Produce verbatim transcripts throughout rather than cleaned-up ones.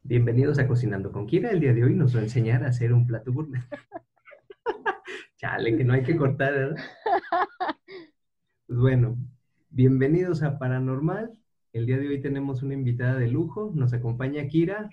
Bienvenidos a Cocinando con Kira. El día de hoy nos va a enseñar a hacer un plato gourmet. Chale, que no hay que cortar, ¿verdad? Pues bueno, bienvenidos a Paranormal. El día de hoy tenemos una invitada de lujo. Nos acompaña Kira.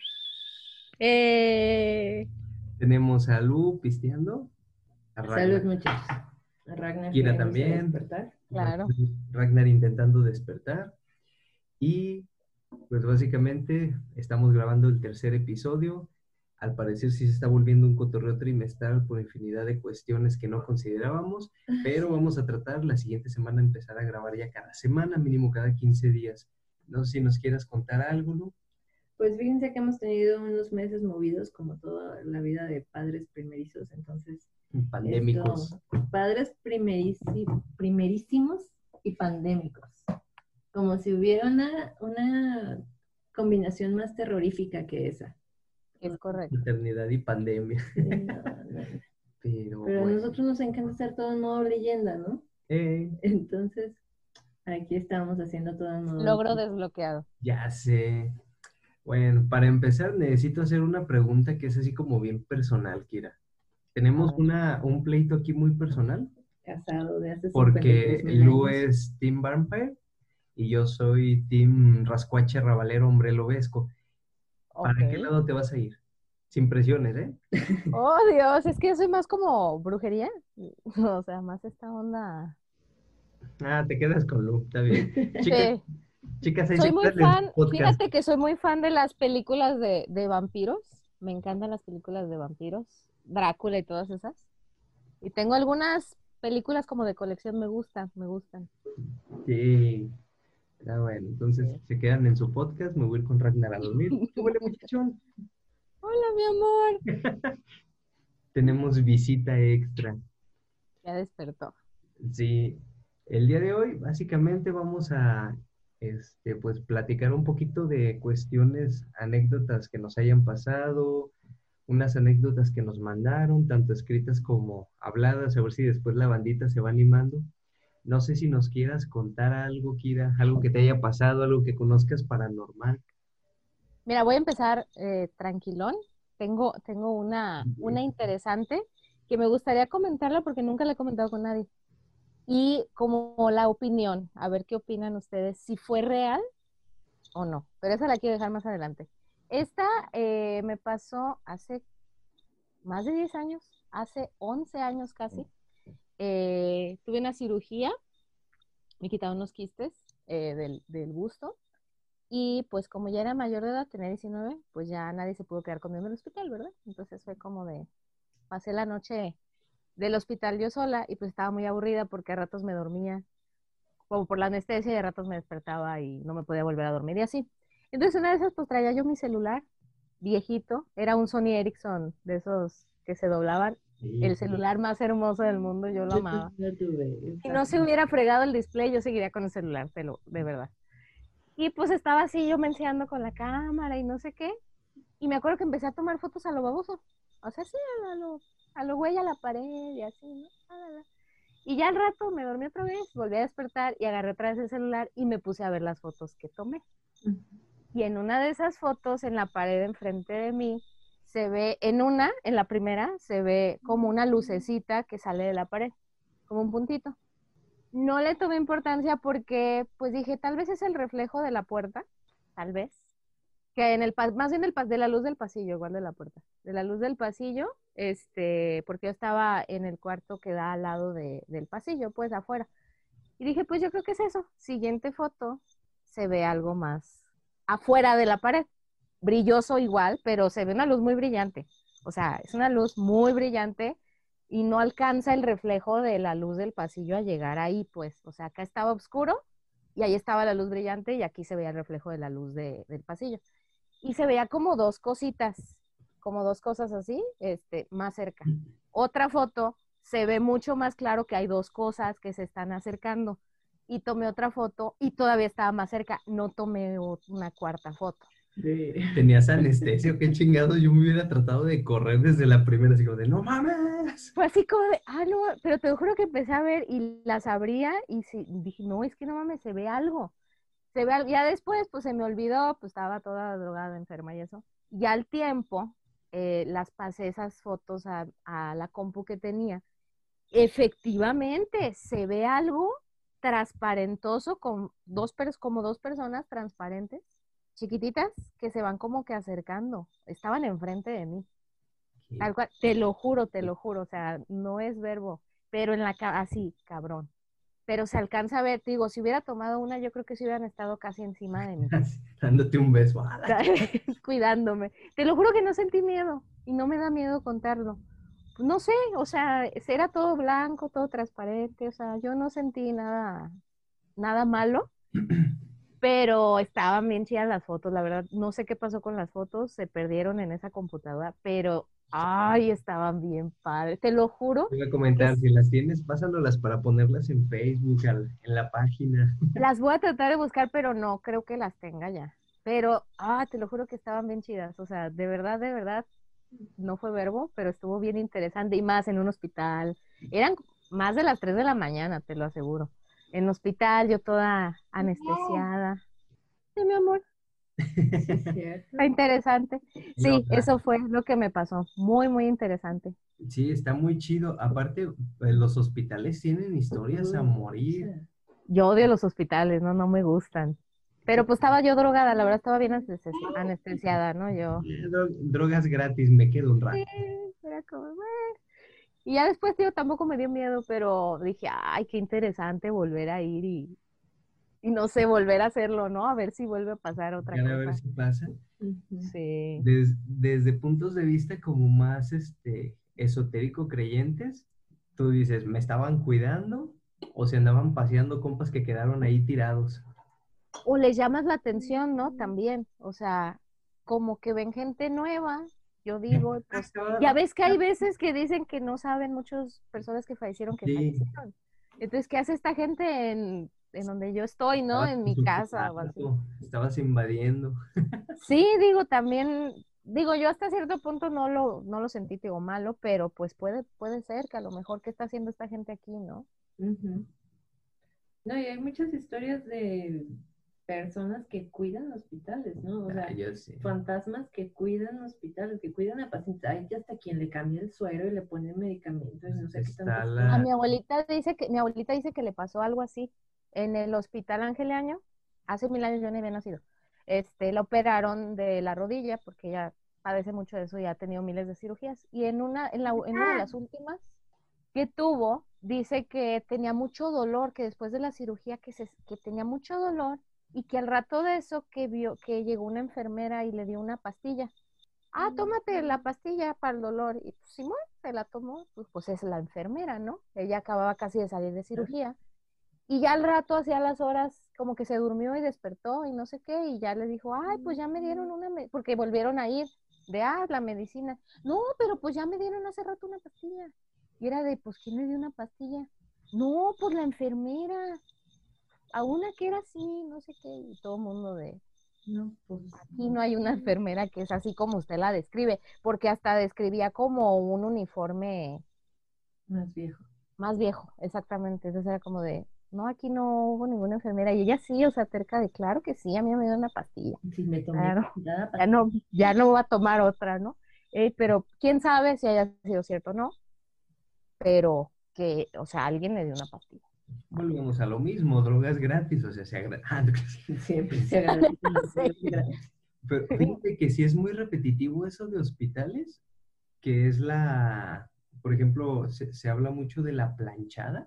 Eh, Tenemos a Lu pisteando. A Salud, Ragnar. muchachos. A Ragnar Kira queriéndose también. despertar. claro. Ragnar intentando despertar. Y pues básicamente estamos grabando el tercer episodio. Al parecer sí se está volviendo un cotorreo trimestral por infinidad de cuestiones que no considerábamos, pero vamos a tratar la siguiente semana empezar a grabar ya cada semana, mínimo cada quince días. No sé si nos quieras contar algo, ¿no? Pues fíjense que hemos tenido unos meses movidos como toda la vida de padres primerizos, entonces Pandémicos. esto, padres primerísi- primerísimos y pandémicos. Como si hubiera una, una combinación más terrorífica que esa. Es correcto. Maternidad y pandemia. Sí, no, no, no. Pero, Pero a bueno. nosotros nos encanta hacer todo en modo leyenda, ¿no? Eh, Entonces, aquí estamos haciendo todo en modo Logro desbloqueado. ya sé. Bueno, para empezar necesito hacer una pregunta que es así como bien personal, Kira. Tenemos A ver. una, un pleito aquí muy personal casado de hace porque cincuenta y tres mil Lu años. es Team Vampire y yo soy Team Rascuache Rabalero Hombre Lobesco. ¿Para Ok. qué lado te vas a ir? Sin presiones, ¿eh? Oh, Dios, es que yo soy más como brujería. O sea, más esta onda. Ah, te quedas con Lu, está bien. Chicas, Sí. chicas, ahí Soy se muy quedan en su fan, podcast. fíjate que soy muy fan de las películas de, de vampiros. Me encantan las películas de vampiros. Drácula y todas esas. Y tengo algunas películas como de colección, me gustan, me gustan. Sí, está bueno. Entonces Sí. se quedan en su podcast, me voy a ir con Ragnar a dormir. ¿Qué huele, muchachón? Hola, mi amor. Tenemos visita extra. Ya despertó. Sí, el día de hoy básicamente vamos a este, pues platicar un poquito de cuestiones, anécdotas que nos hayan pasado, unas anécdotas que nos mandaron, tanto escritas como habladas, a ver si después la bandita se va animando. No sé si nos quieras contar algo, Kira, algo que te haya pasado, algo que conozcas paranormal. Mira, voy a empezar eh, tranquilón. Tengo, tengo una, una interesante que me gustaría comentarla porque nunca la he comentado con nadie. Y como la opinión, a ver qué opinan ustedes, si fue real o no. Pero esa la quiero dejar más adelante. Esta eh, me pasó hace más de diez años, hace once años casi. Eh, tuve una cirugía, me quitaron unos quistes eh, del, del busto. Y pues como ya era mayor de edad, tenía diecinueve, pues ya nadie se pudo quedar conmigo en el hospital, ¿verdad? Entonces fue como de, pasé la noche del hospital yo sola y pues estaba muy aburrida porque a ratos me dormía, como por la anestesia y a ratos me despertaba y no me podía volver a dormir y así. Entonces una de esas pues traía yo mi celular viejito, era un Sony Ericsson de esos que se doblaban, el celular más hermoso del mundo, yo lo amaba. No tuve. Si no se hubiera fregado el display, yo seguiría con el celular, te lo, de verdad. Y pues estaba así yo menseando con la cámara y no sé qué. Y me acuerdo que empecé a tomar fotos a lo baboso. O sea, sí, a lo, a lo güey a la pared y así, ¿no? Ah, ah, ah. Y ya al rato me dormí otra vez, volví a despertar y agarré otra vez el celular y me puse a ver las fotos que tomé. Y en una de esas fotos, en la pared enfrente de mí, se ve, en una, en la primera, se ve como una lucecita que sale de la pared, como un puntito. No le tomé importancia porque, pues dije, tal vez es el reflejo de la puerta, tal vez, que en el, más bien del, de la luz del pasillo, igual de la puerta, de la luz del pasillo, este, porque yo estaba en el cuarto que da al lado de, del pasillo, pues afuera. Y dije, pues yo creo que es eso. Siguiente foto, se ve algo más afuera de la pared, brilloso igual, pero se ve una luz muy brillante. O sea, es una luz muy brillante y no alcanza el reflejo de la luz del pasillo a llegar ahí, pues. O sea, acá estaba oscuro y ahí estaba la luz brillante y aquí se veía el reflejo de la luz de, del pasillo. Y se veía como dos cositas, como dos cosas así, este, más cerca. Otra foto se ve mucho más claro que hay dos cosas que se están acercando. Y tomé otra foto y todavía estaba más cerca. No tomé una cuarta foto. Sí. ¿Tenías anestesia o qué chingados? Yo me hubiera tratado de correr desde la primera, así como de, ¡no mames! Fue así como de, ah, no, pero te juro que empecé a ver y las abría y sí, dije, no, es que no mames, se ve algo. Se ve, al- ya después, pues se me olvidó, pues estaba toda drogada, enferma y eso. Y al tiempo, eh, las pasé esas fotos a, a la compu que tenía. Efectivamente, se ve algo transparentoso con dos, pers- como dos personas transparentes, chiquititas, que se van como que acercando. Estaban enfrente de mí. ¿Qué? Tal cual, te lo juro, te lo juro, o sea, no es verbo, pero en la ca- así, cabrón. Pero se alcanza a ver, te digo, si hubiera tomado una, yo creo que sí hubieran estado casi encima de mí, Así, dándote un beso. ¡Ah, la ch- cuidándome. Te lo juro que no sentí miedo y no me da miedo contarlo. No sé, o sea, era todo blanco, todo transparente, o sea, yo no sentí nada, nada malo, pero estaban bien chidas las fotos, la verdad, no sé qué pasó con las fotos, se perdieron en esa computadora, pero, ay, estaban bien padres, te lo juro Te iba a que comentar, s- si las tienes, pásanoslas para ponerlas en Facebook, al- en la página. las voy a tratar de buscar, pero no creo que las tenga ya. Pero, ah, te lo juro que estaban bien chidas, o sea, de verdad, de verdad, no fue verbo, pero estuvo bien interesante y más en un hospital. Eran más de las tres de la mañana, te lo aseguro. En hospital, yo toda anestesiada. Sí, mi amor, Sí, es cierto. está interesante. No, Sí, eso fue lo que me pasó. Muy, muy interesante. sí, está muy chido. Aparte, pues, los hospitales tienen historias a Uy, morir. mucha. Yo odio los hospitales, no, no me gustan. Pero pues estaba yo drogada, la verdad estaba bien anestesi- anestesiada, ¿no? Yo. Eh, dro- drogas gratis, me quedo un Sí, rato. era como, "Bueno". Y ya después, tío, tampoco me dio miedo, pero dije, ay, qué interesante volver a ir y, y no sé, volver a hacerlo, ¿no? A ver si vuelve a pasar otra Para ver cosa. si pasa. Ujú. Sí. Des- desde puntos de vista como más este, esotérico creyentes, tú dices, ¿me estaban cuidando o se andaban paseando compas que quedaron ahí tirados? O les llamas la atención, ¿no? También, o sea, como que ven gente nueva, yo digo, pues ya ves que hay veces que dicen que no saben muchas personas que fallecieron que Sí, fallecieron. Entonces, ¿qué hace esta gente en, en donde yo estoy, ¿no? estabas En en mi su casa o así. cuarto, estabas invadiendo. Sí, digo, también, digo, yo hasta cierto punto no lo, no lo sentí, digo, malo, pero pues puede, puede ser que a lo mejor, ¿qué está haciendo esta gente aquí, no? Ujú. No, y hay muchas historias de personas que cuidan hospitales, ¿no? O Ah, sea, yo sé. fantasmas que cuidan hospitales, que cuidan a pacientes. Hay hasta quien le cambia el suero y le pone medicamentos y no sé qué Está tantas A cosas. la... mi abuelita dice que, mi abuelita dice que le pasó algo así en el hospital Angeliano, hace mil años yo no había nacido. Este, la operaron de la rodilla porque ella padece mucho de eso y ha tenido miles de cirugías. Y en una, en la, en una de las últimas que tuvo, dice que tenía mucho dolor, que después de la cirugía que, se, que tenía mucho dolor y que al rato de eso que vio que llegó una enfermera y le dio una pastilla. Ah, tómate la pastilla para el dolor. Y pues Simón se la tomó, pues, pues es la enfermera, ¿no? Ella acababa casi de salir de cirugía. Y ya al rato, hacia las horas, como que se durmió y despertó y no sé qué, y ya le dijo, ay, pues ya me dieron una, me-", porque volvieron a ir de, ah, la medicina. No, pero pues ya me dieron hace rato una pastilla. Y era de, pues, ¿quién le dio una pastilla? No, pues la enfermera. A una que era así, no sé qué, y todo el mundo de, No, pues aquí no hay una enfermera que es así como usted la describe, porque hasta describía como un uniforme más viejo. más viejo, exactamente. Entonces era como de, no, aquí no hubo ninguna enfermera. Y ella sí, o sea, cerca de, claro que sí, a mí me dio una pastilla. Si me tomé Claro, cada ya pastilla. no, ya no voy a tomar otra, ¿no? Eh, pero quién sabe si haya sido cierto o no, pero que, o sea, alguien le dio una pastilla. Volvemos a lo mismo, drogas gratis, o sea, se agra- Ah, Siempre se agradecen las cosas Sí. gratis. pero fíjate que sí es muy repetitivo eso de hospitales, que es la, por ejemplo, se, se habla mucho de la planchada.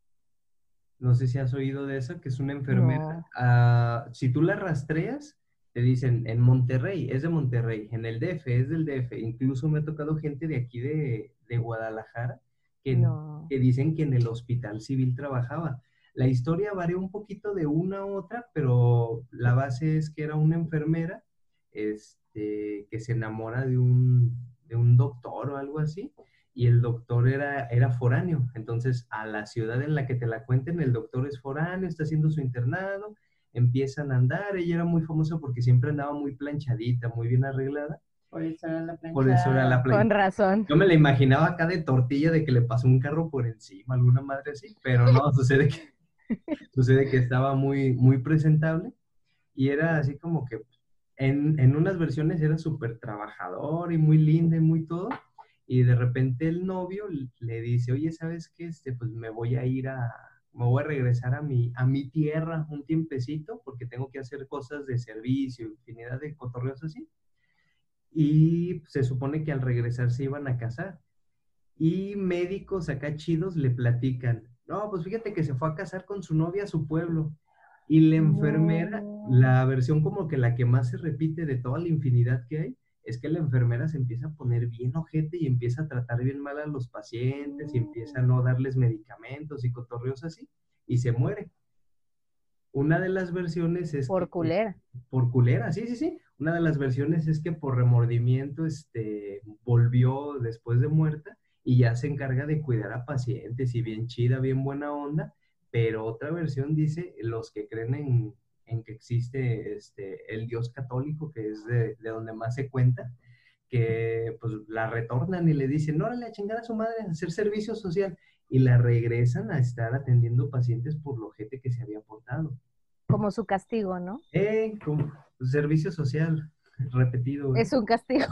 No sé si has oído de eso, que es una enfermera. No, Ah, si tú la rastreas, te dicen en Monterrey, es de Monterrey, en el D F, es del D F. Incluso me ha tocado gente de aquí de, de Guadalajara que, no. que dicen que en el hospital civil trabajaba. La historia varía un poquito de una a otra, pero la base es que era una enfermera este, que se enamora de un, de un doctor o algo así y el doctor era, era foráneo. Entonces, a la ciudad en la que te la cuenten, el doctor es foráneo, está haciendo su internado, empiezan a andar. Ella era muy famosa porque siempre andaba muy planchadita, muy bien arreglada. Por eso era la Por eso era la planchada. plancha. Con razón. Yo me la imaginaba acá de tortilla de que le pasó un carro por encima, alguna madre así, pero no, sucede que, sucede que estaba muy, muy presentable. Y era así como que en, en unas versiones era súper trabajador y muy linda y muy todo. Y de repente el novio le dice, oye, ¿sabes qué? Este, pues me voy a ir a, me voy a regresar a mi, a mi tierra un tiempecito porque tengo que hacer cosas de servicio, infinidad de cotorreos así. Y se supone que al regresar se iban a casar. Y médicos acá chidos le platican, no, pues fíjate que se fue a casar con su novia a su pueblo. Y la enfermera, No. la versión como que la que más se repite de toda la infinidad que hay, es que la enfermera se empieza a poner bien ojete y empieza a tratar bien mal a los pacientes y empieza a no darles medicamentos y cotorreos así, y se muere. Una de las versiones es Por que culera. por culera, sí, sí, sí. Una de las versiones es que por remordimiento, este, volvió después de muerta y ya se encarga de cuidar a pacientes y bien chida, bien buena onda. Pero otra versión dice, los que creen en, en que existe este, el Dios católico, que es de, de donde más se cuenta, que pues la retornan y le dicen, órale a chingar a su madre, a hacer servicio social. Y la regresan a estar atendiendo pacientes por lo gente que se había portado. Como su castigo, ¿no? Eh, como servicio social, repetido, ¿eh? Es un castigo.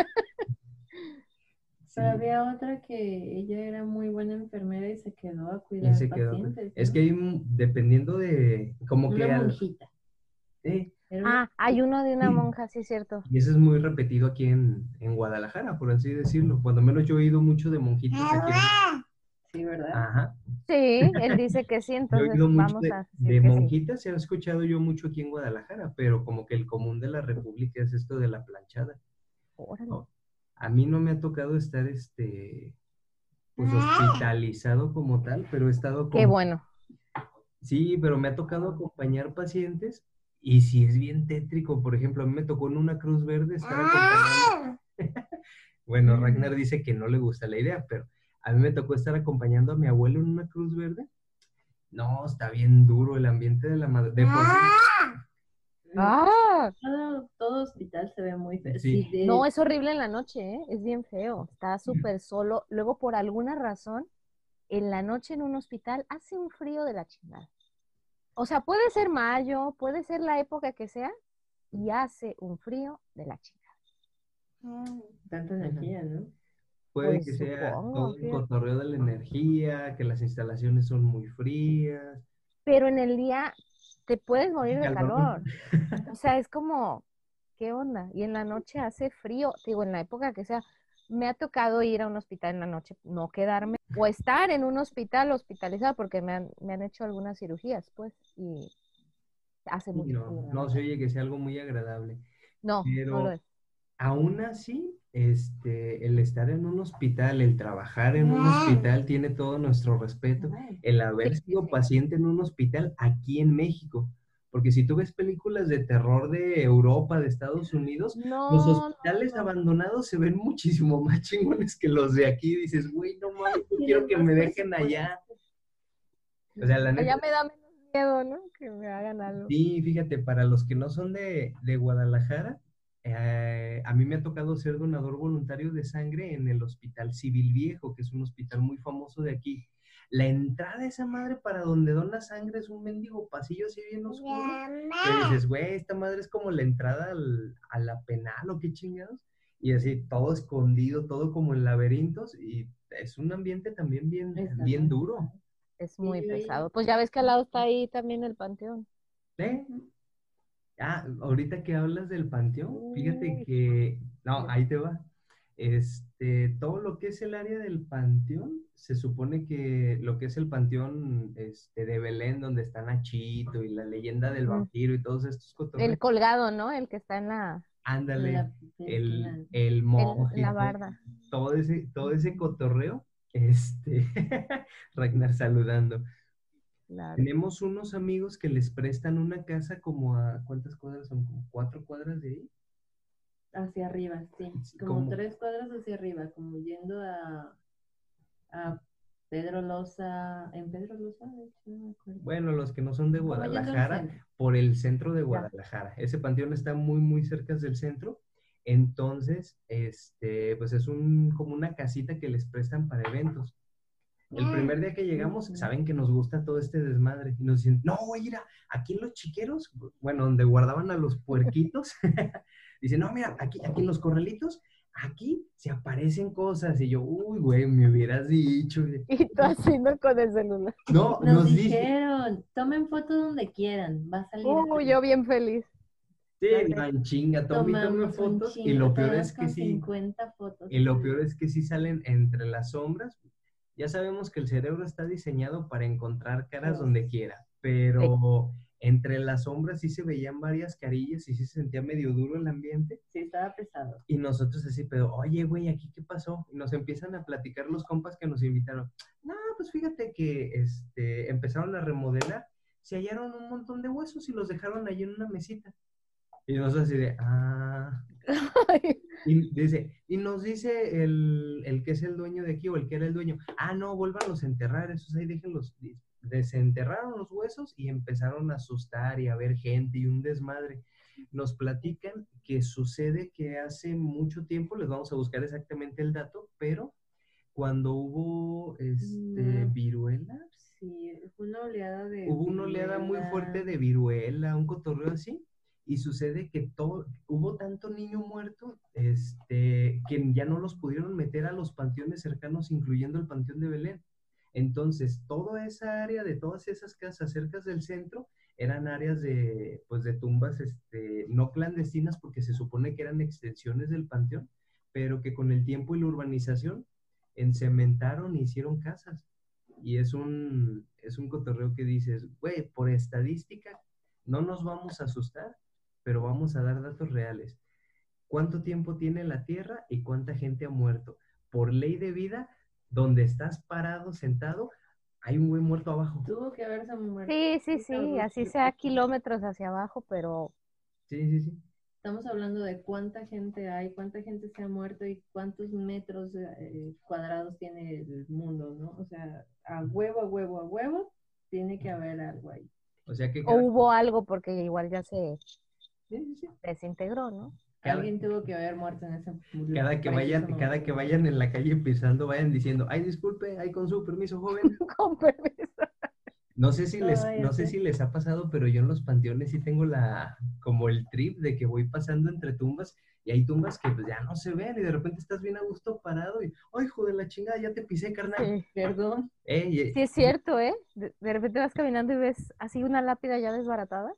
Pero Sí, había otra que ella era muy buena enfermera y se quedó a y cuidar se quedó. pacientes, Es ¿no? que hay, un- dependiendo de, como Una que al, monjita. eh, Era una Ah, hay uno de una monja, sí es cierto. y eso es muy repetido aquí en, en Guadalajara, por así decirlo. Cuando menos yo he oído mucho de monjitas aquí en... Sí, ¿verdad? Ajá. Sí, él dice que sí, Yo he entonces oído mucho vamos de, a decir de que sí. monjitas, se ha escuchado yo mucho aquí en Guadalajara, pero como que el común de la República es esto de la planchada. Órale. ¿No? A mí no me ha tocado estar, este, pues hospitalizado como tal, pero he estado Qué con... bueno. Sí, pero me ha tocado acompañar pacientes y si es bien tétrico. Por ejemplo, a mí me tocó en una Cruz Verde estar acompañando. Bueno, Ragnar dice que no le gusta la idea, pero a mí me tocó estar acompañando a mi abuelo en una Cruz Verde. No, está bien duro el ambiente de la madre. De por Mm, Ah, Todo, todo hospital se ve muy sí, feo. Sí, sí, no, de, es horrible en la noche, ¿eh? Es bien feo. Está súper solo. Luego, por alguna razón, en la noche en un hospital hace un frío de la chingada. O sea, puede ser mayo, puede ser la época que sea, y hace un frío de la chingada. tanta ajá. energía, ¿no? Puede que Pues sea supongo, todo el fíjate. cotorreo de la energía, que las instalaciones son muy frías, Pero en el día te puedes hace morir de calor. calor. O sea, es como, ¿qué onda? Y en la noche hace frío. Te digo, en la época que sea, me ha tocado ir a un hospital en la noche, no quedarme, o estar en un hospital hospitalizado, porque me han, me han hecho algunas cirugías, pues, y hace Sí, mucho no, frío en la no se noche. oye que sea algo muy agradable. No, no lo Pero es. aún así, este, el estar en un hospital, el trabajar en un hospital tiene todo nuestro respeto. El Sí, haber sí, sido sí. paciente en un hospital aquí en México. Porque si tú ves películas de terror de Europa, de Estados Unidos, los No, no, hospitales no. abandonados se ven muchísimo más chingones que los de aquí. Dices, güey, no mames, yo quiero Tienen que más me dejen presupuesto. allá. O sea, la neta, Allá me da menos miedo, ¿no? Que me hagan algo. sí, fíjate, para los que no son de, de Guadalajara, eh, a mí me ha tocado ser donador voluntario de sangre en el Hospital Civil Viejo, que es un hospital muy famoso de aquí. La entrada de esa madre para donde dona sangre es un mendigo pasillo así bien oscuro. Que dices, güey, esta madre es como la entrada al- a la penal o qué chingados. Y así, todo escondido, todo como en laberintos. Y es un ambiente también bien, Está bien muy duro. pesado. Es Sí, muy yo pesado. ahí- Pues ya ves que al lado está ahí también el panteón. ¿Eh? Ah, ahorita que hablas del panteón, fíjate Uy, que, no, Dios. ahí te va. Este, todo lo que es el área del panteón, se supone que lo que es el panteón este, de Belén, donde está Nachito y la leyenda del Ujú. vampiro y todos estos El cotorreos, colgado, ¿no? El que está en la, ándale, la, el, la- el en monje, la todo, barda. todo ese, todo ese cotorreo, este, Ragnar saludando. Claro. Tenemos unos amigos que les prestan una casa como a, ¿cuántas cuadras son? Como cuatro cuadras de ahí. hacia arriba, sí. Sí, Como como, tres cuadras hacia arriba, como yendo a, a Pedro Loza. ¿En Pedro Loza? De hecho, no me acuerdo. bueno, los que no son de Como yendo al Guadalajara, centro. por el centro de Ya. Guadalajara. Ese panteón está muy, muy cerca del centro. Entonces, este, pues es un, como una casita que les prestan para eventos. El primer día que llegamos, Ujú. saben que nos gusta todo este desmadre. Y nos dicen, no, güey, mira, aquí en los chiqueros, bueno, donde guardaban a los puerquitos, dicen, no, mira, aquí, aquí en los corralitos, aquí se aparecen cosas. Y yo, uy, güey, me hubieras dicho. Y tú haciendo con el celular. No, Nos nos dice, dijeron, tomen fotos donde quieran, va a salir Uh, algo. yo bien feliz. sí, Así. no, en chinga, tome y tome Tomamos un fotos. Y chingo, lo peor tenemos es que como sí, cincuenta fotos. y lo peor es que sí salen entre las sombras. Ya sabemos que el cerebro está diseñado para encontrar caras Sí. donde quiera, pero entre las sombras sí se veían varias carillas y sí se sentía medio duro el ambiente. Sí, estaba pesado. Y nosotros así, pero, oye, güey, ¿aquí qué pasó? Y nos empiezan a platicar los compas que nos invitaron. No, pues fíjate que este, empezaron a remodelar, se hallaron un montón de huesos y los dejaron ahí en una mesita. Y nosotros así de, ah... Y dice, y nos dice el, el que es el dueño de aquí o el que era el dueño, ah, no, vuélvanlos a enterrar, esos ahí déjenlos. Desenterraron los huesos y empezaron a asustar y a ver gente y un desmadre. Nos platican que sucede que hace mucho tiempo, les vamos a buscar exactamente el dato, pero cuando hubo este, No. viruela, Sí, fue una oleada de hubo una oleada muy viruela. fuerte de viruela, un cotorreo así, y sucede que todo, hubo tanto niño muerto, este, que ya no los pudieron meter a los panteones cercanos, incluyendo el Panteón de Belén. Entonces, toda esa área de todas esas casas cerca del centro eran áreas de, pues, de tumbas, este, no clandestinas, porque se supone que eran extensiones del panteón, pero que con el tiempo y la urbanización encementaron e hicieron casas. Y es un, es un cotorreo que dices, güey, por estadística no nos vamos a asustar, pero vamos a dar datos reales. ¿Cuánto tiempo tiene la Tierra y cuánta gente ha muerto? Por ley de vida, donde estás parado, sentado, hay un güey muerto abajo. Tuvo que haberse muerto. Sí, sí, sí, así sea kilómetros hacia abajo, pero Sí, sí, sí. Estamos hablando de cuánta gente hay, cuánta gente se ha muerto y cuántos metros eh, cuadrados tiene el mundo, ¿no? O sea, a huevo, a huevo, a huevo, tiene que haber algo ahí. O sea que o cada, hubo algo porque igual ya se sí, sí, sí. desintegró, ¿no? Cada- Alguien tuvo que haber muerto en ese cada que preciso vayan, momento. cada que vayan en la calle pisando, vayan diciendo, ay, disculpe, ay, con su permiso, joven. Con permiso. No sé si No les, vaya no a sé ser. si les ha pasado, pero yo en los panteones sí tengo la, como el trip de que voy pasando entre tumbas y hay tumbas que pues ya no se ven y de repente estás bien a gusto parado y, ay, hijo de la chingada, ya te pisé, carnal. Sí. Perdón. Eh, y- Sí, es cierto, ¿eh? De, de repente vas caminando y ves así una lápida ya desbaratada.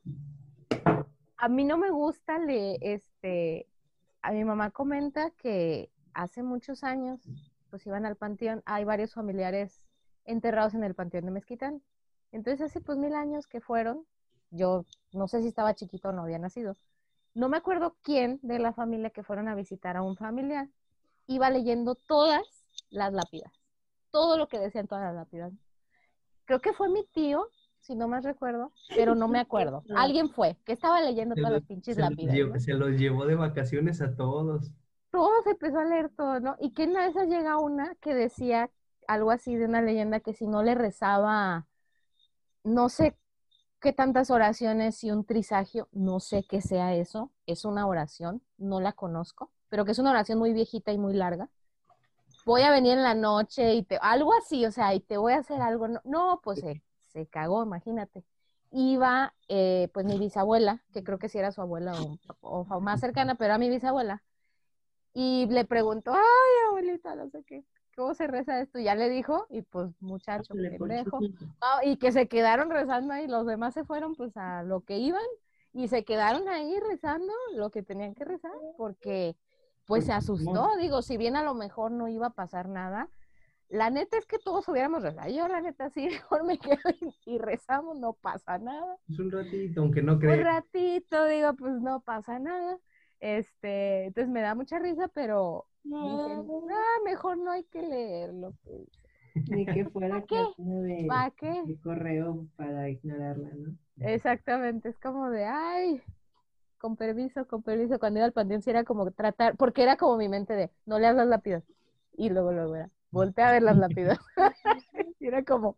A mí no me gusta, le, este, a mi mamá comenta que hace muchos años, pues iban al panteón, hay varios familiares enterrados en el panteón de Mezquitán. Entonces hace pues mil años que fueron, yo no sé si estaba chiquito o no había nacido. No me acuerdo quién de la familia que fueron a visitar a un familiar iba leyendo todas las lápidas, todo lo que decían todas las lápidas. Creo que fue mi tío, si no más recuerdo, pero no me acuerdo. Alguien fue, que estaba leyendo se todas los, las pinches se los lápidas, llevó, ¿no? se los llevó de vacaciones a todos. Todo se empezó a leer todo, ¿no? Y que en una de esas llega una que decía algo así de una leyenda que si no le rezaba, no sé qué tantas oraciones y un trisagio, no sé qué sea eso, es una oración, no la conozco, pero que es una oración muy viejita y muy larga. Voy a venir en la noche y te, algo así, o sea, y te voy a hacer algo. No, no pues se, se cagó, imagínate. Iba, eh, pues mi bisabuela, que creo que sí era su abuela o, o más cercana, pero era mi bisabuela, y le preguntó, ay, abuelita, no sé qué, ¿cómo se reza esto? Ya le dijo, y pues muchacho, Le ponchó pendejo. junto. Ah, y que se quedaron rezando ahí, los demás se fueron pues a lo que iban, y se quedaron ahí rezando lo que tenían que rezar, porque pues se asustó, digo, si bien a lo mejor no iba a pasar nada, la neta es que todos hubiéramos rezado, yo la neta sí, mejor me quedo y, y rezamos, no pasa nada. Es un ratito, aunque no Un crean. ratito, digo, pues no pasa nada. Este, entonces me da mucha risa, pero dije, ah, mejor no hay que leerlo. Pues. Ni que fuera ¿Para qué? cadena de, ¿Para qué? de correo para ignorarla, ¿no? Exactamente, es como de, ay, con permiso, con permiso. Cuando iba al panteón sí era como tratar, porque era como mi mente de, no leas las lápidas. Y luego, luego era, voltea a ver las lápidas. Y era como,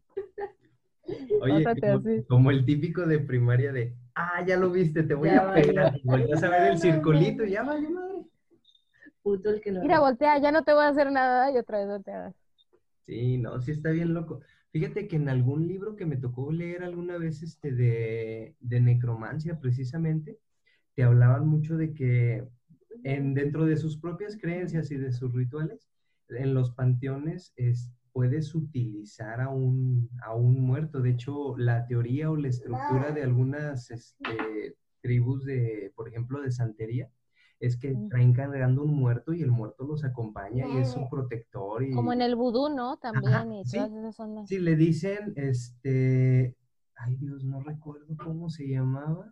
Oye, pásate como, así. como el típico de primaria de, ah, ya lo viste, te voy Ya a pegar. valió. Y volteas a ver el circulito y ya vale madre. Puto el que lo Mira, voltea, ya no te voy a hacer nada y otra vez volteadas. Sí, no, sí está bien loco. Fíjate que en algún libro que me tocó leer alguna vez este de, de necromancia precisamente, te hablaban mucho de que en, dentro de sus propias creencias y de sus rituales, en los panteones es, puedes utilizar a un, a un muerto. De hecho, la teoría o la estructura de algunas este, tribus de, por ejemplo, de santería, es que Mm. traen cargando un muerto y el muerto los acompaña y es su protector Como en y... el vudú, ¿no? Ajá, También, y todas sí, esas ondas. sí, le dicen, este, ay Dios, no recuerdo cómo se llamaba.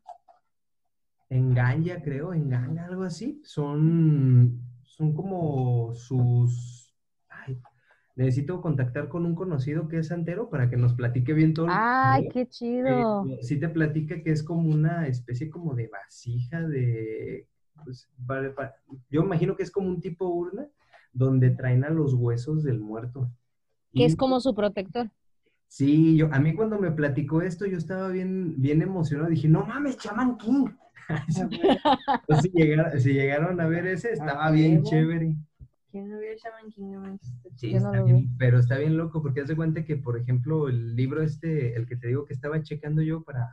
Enganya, creo, Enganya, algo así. Son, son como sus... Ay, necesito contactar con un conocido que es santero para que nos platique bien todo el ¡Ay, cotorreo. qué chido! Pero sí te platica que es como una especie como de vasija de... Pues, para- para- yo imagino que es como un tipo urna donde traen a los huesos del muerto. Que es Y como su protector. sí, yo, a mí cuando me platicó esto, yo estaba bien, bien emocionado. Dije, no mames, Chaman King. A huevo, Pues si llegaron, si llegaron a ver ese, a estaba bien huevo. chévere. ¿Quién no vio Shaman King? No manches, está Sí, Yo chido. no está lo vi. bien, pero está bien loco, porque haz de cuenta que, por ejemplo, el libro este, el que te digo que estaba checando yo para...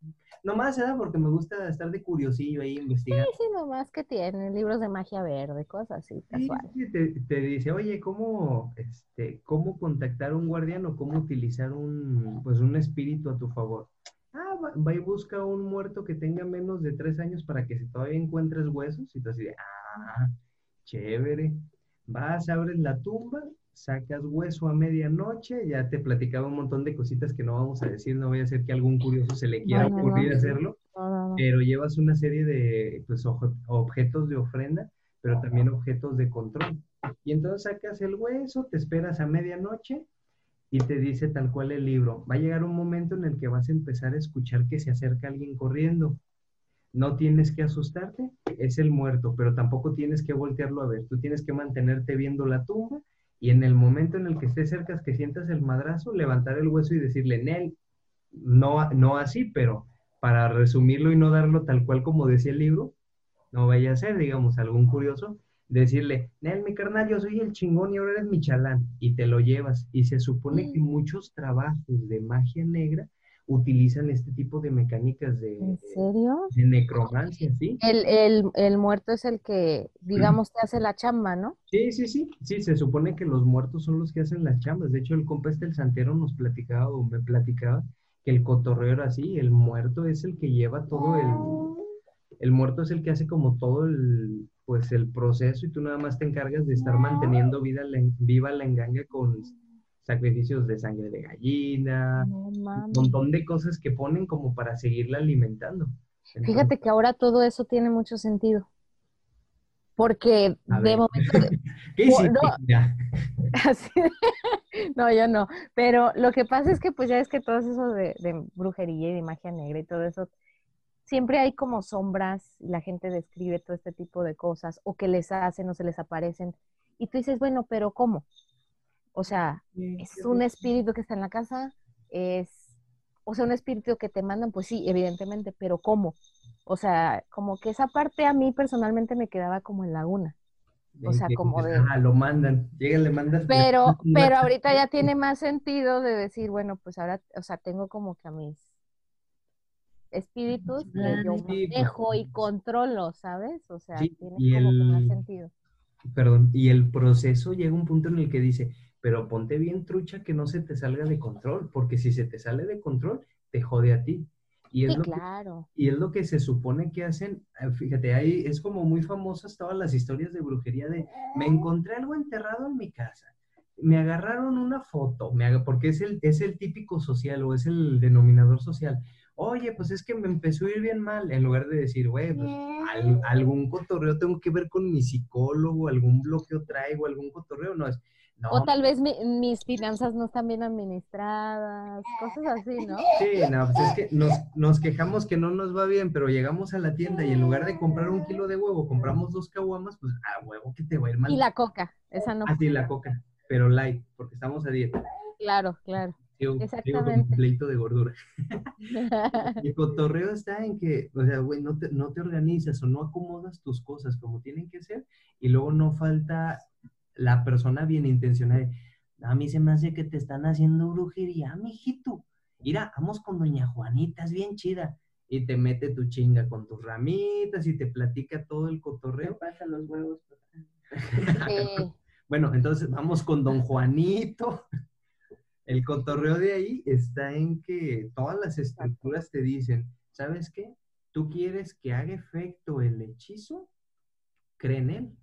Nomás era porque me gusta estar de curiosillo ahí, Sí, investigar. sí, nomás que tienen libros de magia verde, cosas así, Sí, casual. sí, te, te dice, oye, ¿cómo, este, cómo contactar a un guardián o cómo utilizar un, pues, un espíritu a tu favor? Ah, va, va y busca un muerto que tenga menos de tres años para que si todavía encuentres huesos. Y tú así de, ah, chévere. Vas, abres la tumba, sacas hueso a medianoche, ya te platicaba un montón de cositas que no vamos a decir, no vaya a ser que a algún curioso se le quiera No, no, no. ocurrir hacerlo, No, no, no. pero llevas una serie de pues, ojo- objetos de ofrenda, pero también objetos de control. Y entonces sacas el hueso, te esperas a medianoche y te dice tal cual el libro. Va a llegar un momento en el que vas a empezar a escuchar que se acerca alguien corriendo. No tienes que asustarte, es el muerto, pero tampoco tienes que voltearlo a ver. Tú tienes que mantenerte viendo la tumba y en el momento en el que estés cerca, que sientas el madrazo, levantar el hueso y decirle, Nel, no, no así, pero para resumirlo y no darlo tal cual como decía el libro, no vaya a ser, digamos, algún curioso, decirle, Nel, mi carnal, yo soy el chingón y ahora eres mi chalán, y te lo llevas. Y se supone que muchos trabajos de magia negra utilizan este tipo de mecánicas de, ¿En serio? de necromancia, ¿sí? El, el, el muerto es el que, digamos, te hace la chamba, ¿no? Sí, sí, sí, sí, se supone que los muertos son los que hacen las chambas. De hecho, el compa este, el santero, nos platicaba o me platicaba que el cotorreo era así, el muerto es el que lleva todo el, el muerto es el que hace como todo el, pues el proceso y tú nada más te encargas de estar manteniendo vida, la- viva la enganga con sacrificios de sangre de gallina, No un mames. montón de cosas que ponen como para seguirla alimentando. Entonces, Fíjate que ahora todo eso tiene mucho sentido, porque a de ver, momento, de- ¿qué por- no, hiciste? Ya. así de- no, yo no, pero lo que pasa es que pues ya es que todo eso de, de brujería y de magia negra y todo eso, siempre hay como sombras y la gente describe todo este tipo de cosas o que les hacen o se les aparecen y tú dices, bueno, pero ¿cómo? O sea, Sí, qué es un bueno. espíritu que está en la casa, es, o sea, un espíritu que te mandan, pues sí, evidentemente, pero ¿cómo? O sea, como que esa parte a mí personalmente me quedaba como en laguna. O De sea, que como dices, de, ah, lo mandan, llega, le mandas, le pero, mandas un pero WhatsApp. ahorita ya tiene más sentido de decir, bueno, pues ahora, o sea, tengo como que a mis espíritus que Ah, yo Sí, pues, manejo y controlo, ¿sabes? O sea, sí, tiene y como que más el, sentido. perdón, y el proceso llega a un punto en el que dice, pero ponte bien trucha que no se te salga de control, porque si se te sale de control, te jode a ti. Y es Sí, lo que, claro. y es lo que se supone que hacen, eh, fíjate, ahí es como muy famosas todas las historias de brujería de, me encontré algo enterrado en mi casa, me agarraron una foto, me haga, porque es el, es el típico social o es el denominador social. Oye, pues es que me empezó a ir bien mal, en lugar de decir, güey, pues al- algún cotorreo tengo que ver con mi psicólogo, algún bloqueo traigo, algún cotorreo, no es, O no, tal vez mi- mis finanzas no están bien administradas, cosas así, ¿no? sí, no, pues es que nos, nos quejamos que no nos va bien, pero llegamos a la tienda y en lugar de comprar un kilo de huevo, compramos dos caguamas, pues a huevo que te va a ir Y mal. la coca, esa no. Así la coca, pero light, porque estamos a dieta. Claro, claro. Digo, digo con Exactamente. pleito de gordura. El cotorreo está en que, o sea, güey, no te, no te organizas o no acomodas tus cosas como tienen que ser y luego no falta la persona bien intencionada. A mí se me hace que te están haciendo brujería, mijito. Mira, vamos con doña Juanita, es bien chida. Y te mete tu chinga con tus ramitas y te platica todo el Te cotorreo. pasa los huevos. Sí, Bueno, entonces vamos con don Juanito. El cotorreo de ahí está en que todas las estructuras te dicen, ¿sabes qué? Tú quieres que haga efecto el hechizo, cree en él.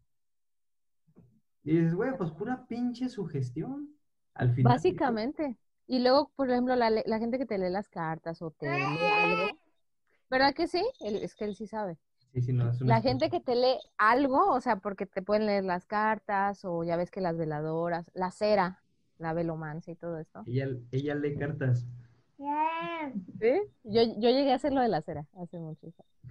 Y dices, güey, pues pura pinche sugestión. Al final, básicamente. Y luego, por ejemplo, la, le- la gente que te lee las cartas o te lee algo, ¿verdad que sí? Él- es que él sí sabe. sí, sí, no, es una La gente experta. que te lee algo, o sea, porque te pueden leer las cartas o ya ves que las veladoras, la cera, la velomancia y todo esto. Ella, ella lee cartas. ¿Sí? Yo, yo llegué a hacer lo de la cera hace mucho.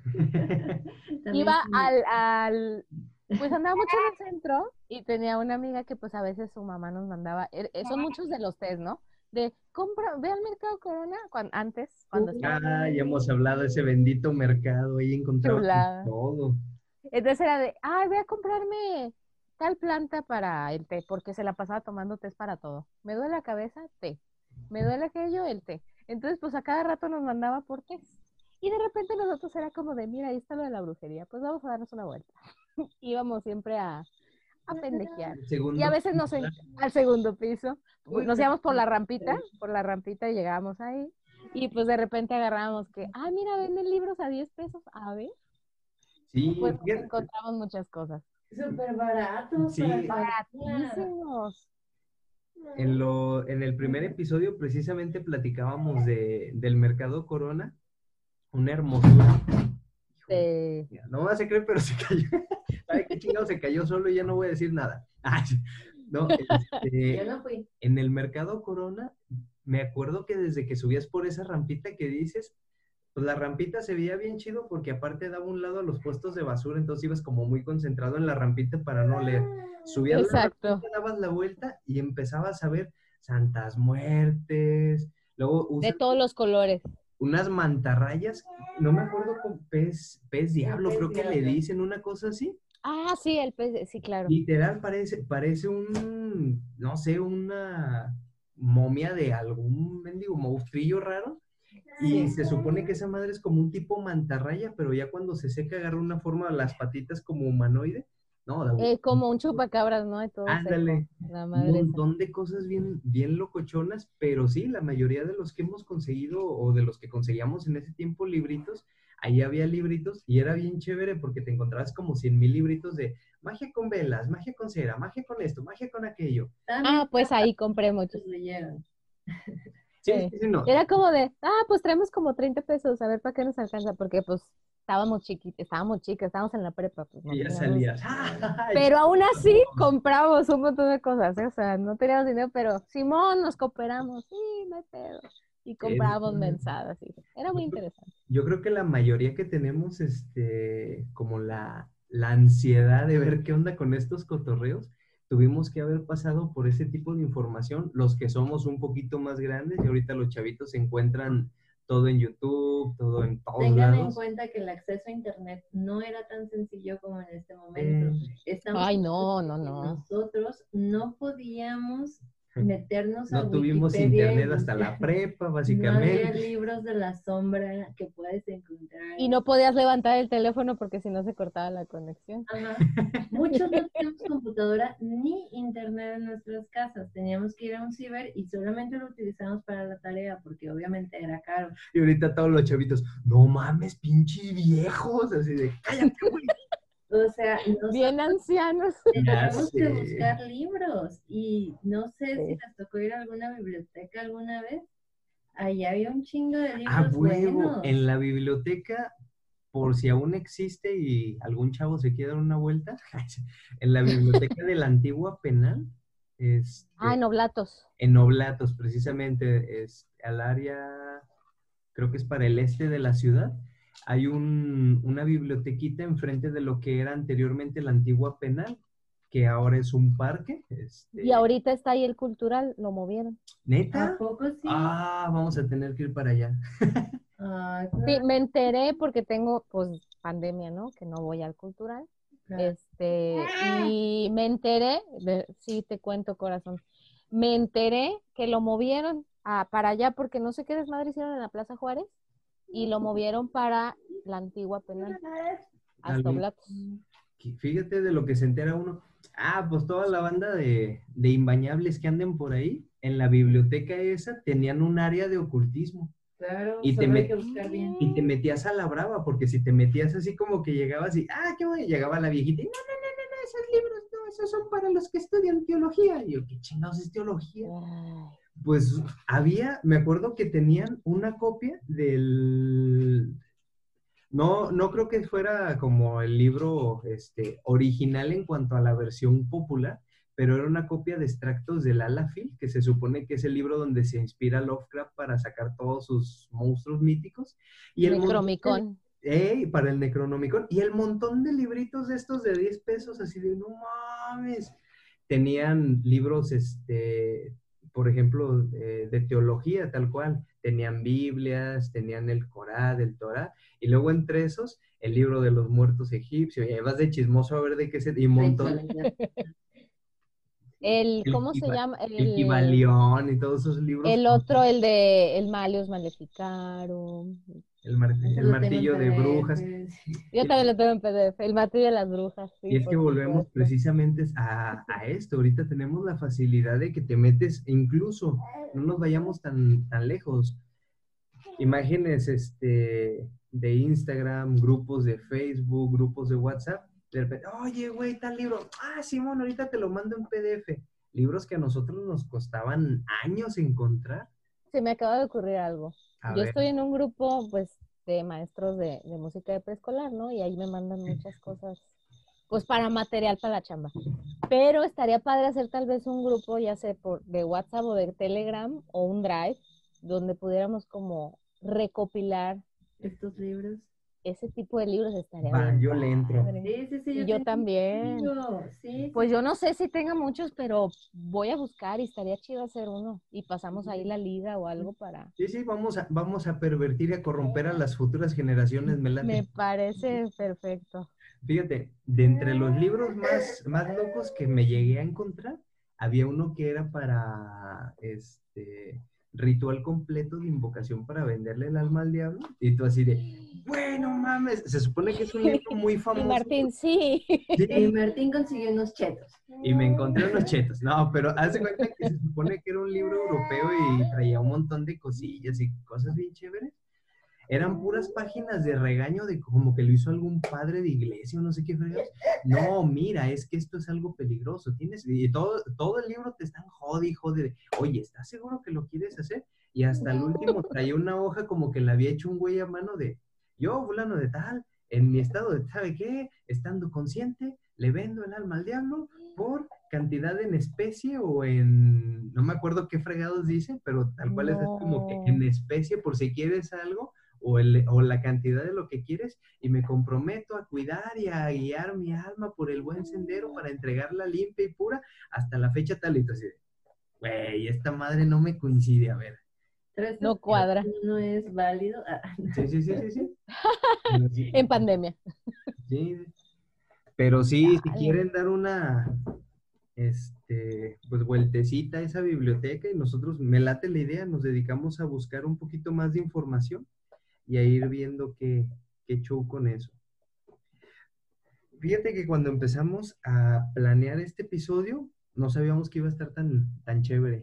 También Iba sí, al, al, pues andaba mucho en el centro y tenía una amiga que pues a veces su mamá nos mandaba, er- eh, son muchos de los test, ¿no? De compra, ve al mercado Corona, cuan- antes, cuando estaba Ah, ya hemos hablado de ese bendito mercado. Ahí encontramos chula. todo. Entonces era de, ay, voy a comprarme tal planta para el té, porque se la pasaba tomando té para todo. Me duele la cabeza, té. Me duele aquello, el té. Entonces, pues a cada rato nos mandaba por té. Y de repente nosotros era como de, mira, ahí está lo de la brujería, pues vamos a darnos una vuelta. Íbamos siempre a, a pendejear. El Y a segundo. veces nos en- al segundo piso, uy, nos íbamos por la rampita, pero- por la rampita y llegábamos ahí. Y pues de repente agarrábamos que, ay, mira, venden libros a diez pesos. A ver, Sí, pues nos fíjate, encontramos muchas cosas. Súper baratos sí, para cualquiera. Baratísimos. en, lo, en el primer episodio precisamente platicábamos de, del mercado Corona, una hermosura. Híjole, Eh, mira, no me vas a creer, pero se cayó. ¿Sabe qué chingado? Se cayó solo y ya no voy a decir nada. Ay, no, este, Yo no fui. en el mercado Corona, me acuerdo que desde que subías por esa rampita que dices, pues la rampita se veía bien chido porque aparte daba un lado a los puestos de basura, entonces ibas como muy concentrado en la rampita para no leer. Subías la exacto. rampita, dabas la vuelta y empezabas a ver santas muertes, luego De usan todos los colores. unas mantarrayas, no me acuerdo con pez, pez diablo, pez creo que le diablo. dicen una cosa así. Ah, sí, el pez, sí, claro. Literal parece, parece un, no sé, una momia de algún mendigo monstrillo raro. Y se supone que esa madre es como un tipo mantarraya, pero ya cuando se seca agarra una forma, las patitas como humanoide. No, da- Eh, como un chupacabras, ¿no? Y todo seco. ándale, La un madre esa. montón de cosas bien, bien locochonas, pero sí, la mayoría de los que hemos conseguido o de los que conseguíamos en ese tiempo libritos, ahí había libritos y era bien chévere porque te encontrabas como cien mil libritos de magia con velas, magia con cera, magia con esto, magia con aquello. También Ah, pues ahí compré muchos. los leyeron. Sí, Eh, sí, sí, no. era como de, ah, pues traemos como treinta pesos, a ver para qué nos alcanza, porque pues estábamos chiquitos, estábamos chicas, estábamos en la prepa, pues no Y ya teníamos. salías. ¡Ah! Pero aún así compramos un montón de cosas, ¿eh? O sea, no teníamos dinero, pero Simón, nos cooperamos, sí, no hay pedo. Y Es- comprábamos mensadas, sí. Era muy interesante. Yo creo que la mayoría que tenemos, este, como la, la ansiedad de ver qué onda con estos cotorreos, tuvimos que haber pasado por ese tipo de información, los que somos un poquito más grandes, y ahorita los chavitos se encuentran todo en YouTube, todo en todos Tengan en lados. cuenta que el acceso a Internet no era tan sencillo como en este momento. Eh, Estamos Ay, no, hablando no, de que no. nosotros no podíamos meternos a no tuvimos Wikipedia y internet hasta buscar. la prepa, No había básicamente. libros de la sombra que puedes encontrar. Y no podías levantar el teléfono porque si no se cortaba la conexión. Ajá. Muchos no teníamos computadora ni internet en nuestras casas. Teníamos que ir a un ciber y solamente lo utilizábamos para la tarea porque obviamente era caro. Y ahorita todos los chavitos, no mames, pinches viejos, así de, cállate, güey. O sea, Bien nosotros ancianos. Ya teníamos que sé. buscar libros y no sé si Sí. les tocó ir a alguna biblioteca alguna vez. Ahí había un chingo de A libros huevo, buenos. en la biblioteca, por si aún existe y algún chavo se quiere dar una vuelta, en la biblioteca de la antigua penal, este, Ah, en Oblatos. en Oblatos, precisamente, es al área, creo que es para el este de la ciudad, hay un, una bibliotequita enfrente de lo que era anteriormente la antigua penal, que ahora es un parque. Este, Y ahorita está ahí el cultural, lo movieron. ¿neta? ¿A poco sí? Ah, vamos a tener que ir para allá. Ay, Sí, me enteré porque tengo, pues, pandemia, ¿no? Que no voy al cultural. claro. Este, y me enteré, de- sí te cuento, corazón, Me enteré que lo movieron a, para allá porque no sé qué desmadre hicieron en la Plaza Juárez y lo movieron para la antigua penal, hasta Algo- Oblatos. que Fíjate de lo que se entera uno. Ah, pues toda la banda de, de imbañables que anden por ahí, en la biblioteca esa tenían un área de ocultismo. Claro, Y te, solo hay que met- buscar bien. y te metías a la brava, porque si te metías así como que llegabas y, ah, qué bueno, y llegaba la viejita y, no, no, no, no, no, esos libros no, esos son para los que estudian teología. Y yo, ¿qué chingados es teología? Ay, Pues había, me acuerdo que tenían una copia del, no, no creo que fuera como el libro este, original en cuanto a la versión popular, pero era una copia de extractos del Alafil, que se supone que es el libro donde se inspira Lovecraft para sacar todos sus monstruos míticos. Y el montón de- Necromicon. Ey, para el Necronomicon. Y el montón de libritos de estos de diez pesos, así de, no mames. Tenían libros, este, por ejemplo, de, de teología, tal cual. Tenían Biblias, tenían el Corán, el Torá, y luego entre esos, el libro de los muertos egipcios. Y ahí vas de chismoso a ver de qué se... Y un montón. El, El, ¿cómo se Kiba- llama? el El, Kibalión y todos esos libros. el otro, el de El Malius Maleficarum. El, mar- Eso el lo tengo en martillo de P D F. brujas. Yo también lo tengo en P D F, El martillo de las brujas. Sí, Y es que por volvemos supuesto. precisamente a, a esto. Ahorita tenemos la facilidad de que te metes, incluso, no nos vayamos tan, tan lejos. Imágenes este, de Instagram, grupos de Facebook, grupos de WhatsApp. De repente, oye, güey, tal libro. Ah, Simón, ahorita te lo mando en P D F. Libros que a nosotros nos costaban años encontrar. Se me acaba de ocurrir algo. A Yo ver. estoy en un grupo, pues, de maestros de, de música de preescolar, ¿no? Y ahí me mandan muchas cosas, pues, para material para la chamba. Pero estaría padre hacer tal vez un grupo, ya sea por de WhatsApp o de Telegram o un Drive, donde pudiéramos como recopilar Estos libros. ese tipo de libros. Estaría Va, bien yo le entro. padre. Sí, sí, sí. Y yo tengo un también. chingo. Sí, Pues sí. yo no sé si tenga muchos, pero voy a buscar y estaría chido hacer uno. Y pasamos ahí la liga o algo para... Sí, sí, vamos a, vamos a pervertir y a corromper a las futuras generaciones, me late. Me parece perfecto. Fíjate, de entre los libros más, más locos que me llegué a encontrar, había uno que era para este ritual completo de invocación para venderle el alma al diablo. Y tú así de, bueno, mames, se supone que es un libro muy Y famoso. Martín, sí. Y Sí, Martín consiguió unos chetos. y me encontré unos chetos. No, pero haz de cuenta que se supone que era un libro europeo y traía un montón de cosillas y cosas bien chéveres. Eran puras páginas de regaño de como que lo hizo algún padre de iglesia o no sé qué fregados. No, mira, es que esto es algo peligroso. Tienes, y todo, todo el libro te están jode y jode de, oye, ¿estás seguro que lo quieres hacer? Y hasta el último traía una hoja como que le había hecho un güey a mano de, yo, fulano de tal, en mi estado de, ¿sabe qué? Estando consciente, le vendo el alma al diablo por cantidad en especie o en, no me acuerdo qué fregados dice, pero tal cual es como que en No. especie por si quieres algo o, el, o la cantidad de lo que quieres y me comprometo a cuidar y a guiar mi alma por el buen sendero para entregarla limpia y pura hasta la fecha tal y tú así de, güey, esta madre no me coincide, a ver. Tres No cuadra. No es válido. Ah, no. Sí, sí, sí, sí, sí. Pero sí, En pandemia. sí. Pero sí, si Dale. quieren dar una este, pues vueltecita a esa biblioteca y nosotros, me late la idea, nos dedicamos a buscar un poquito más de información y a ir viendo qué, qué show con eso. Fíjate que cuando empezamos a planear este episodio, no sabíamos que iba a estar tan, tan chévere.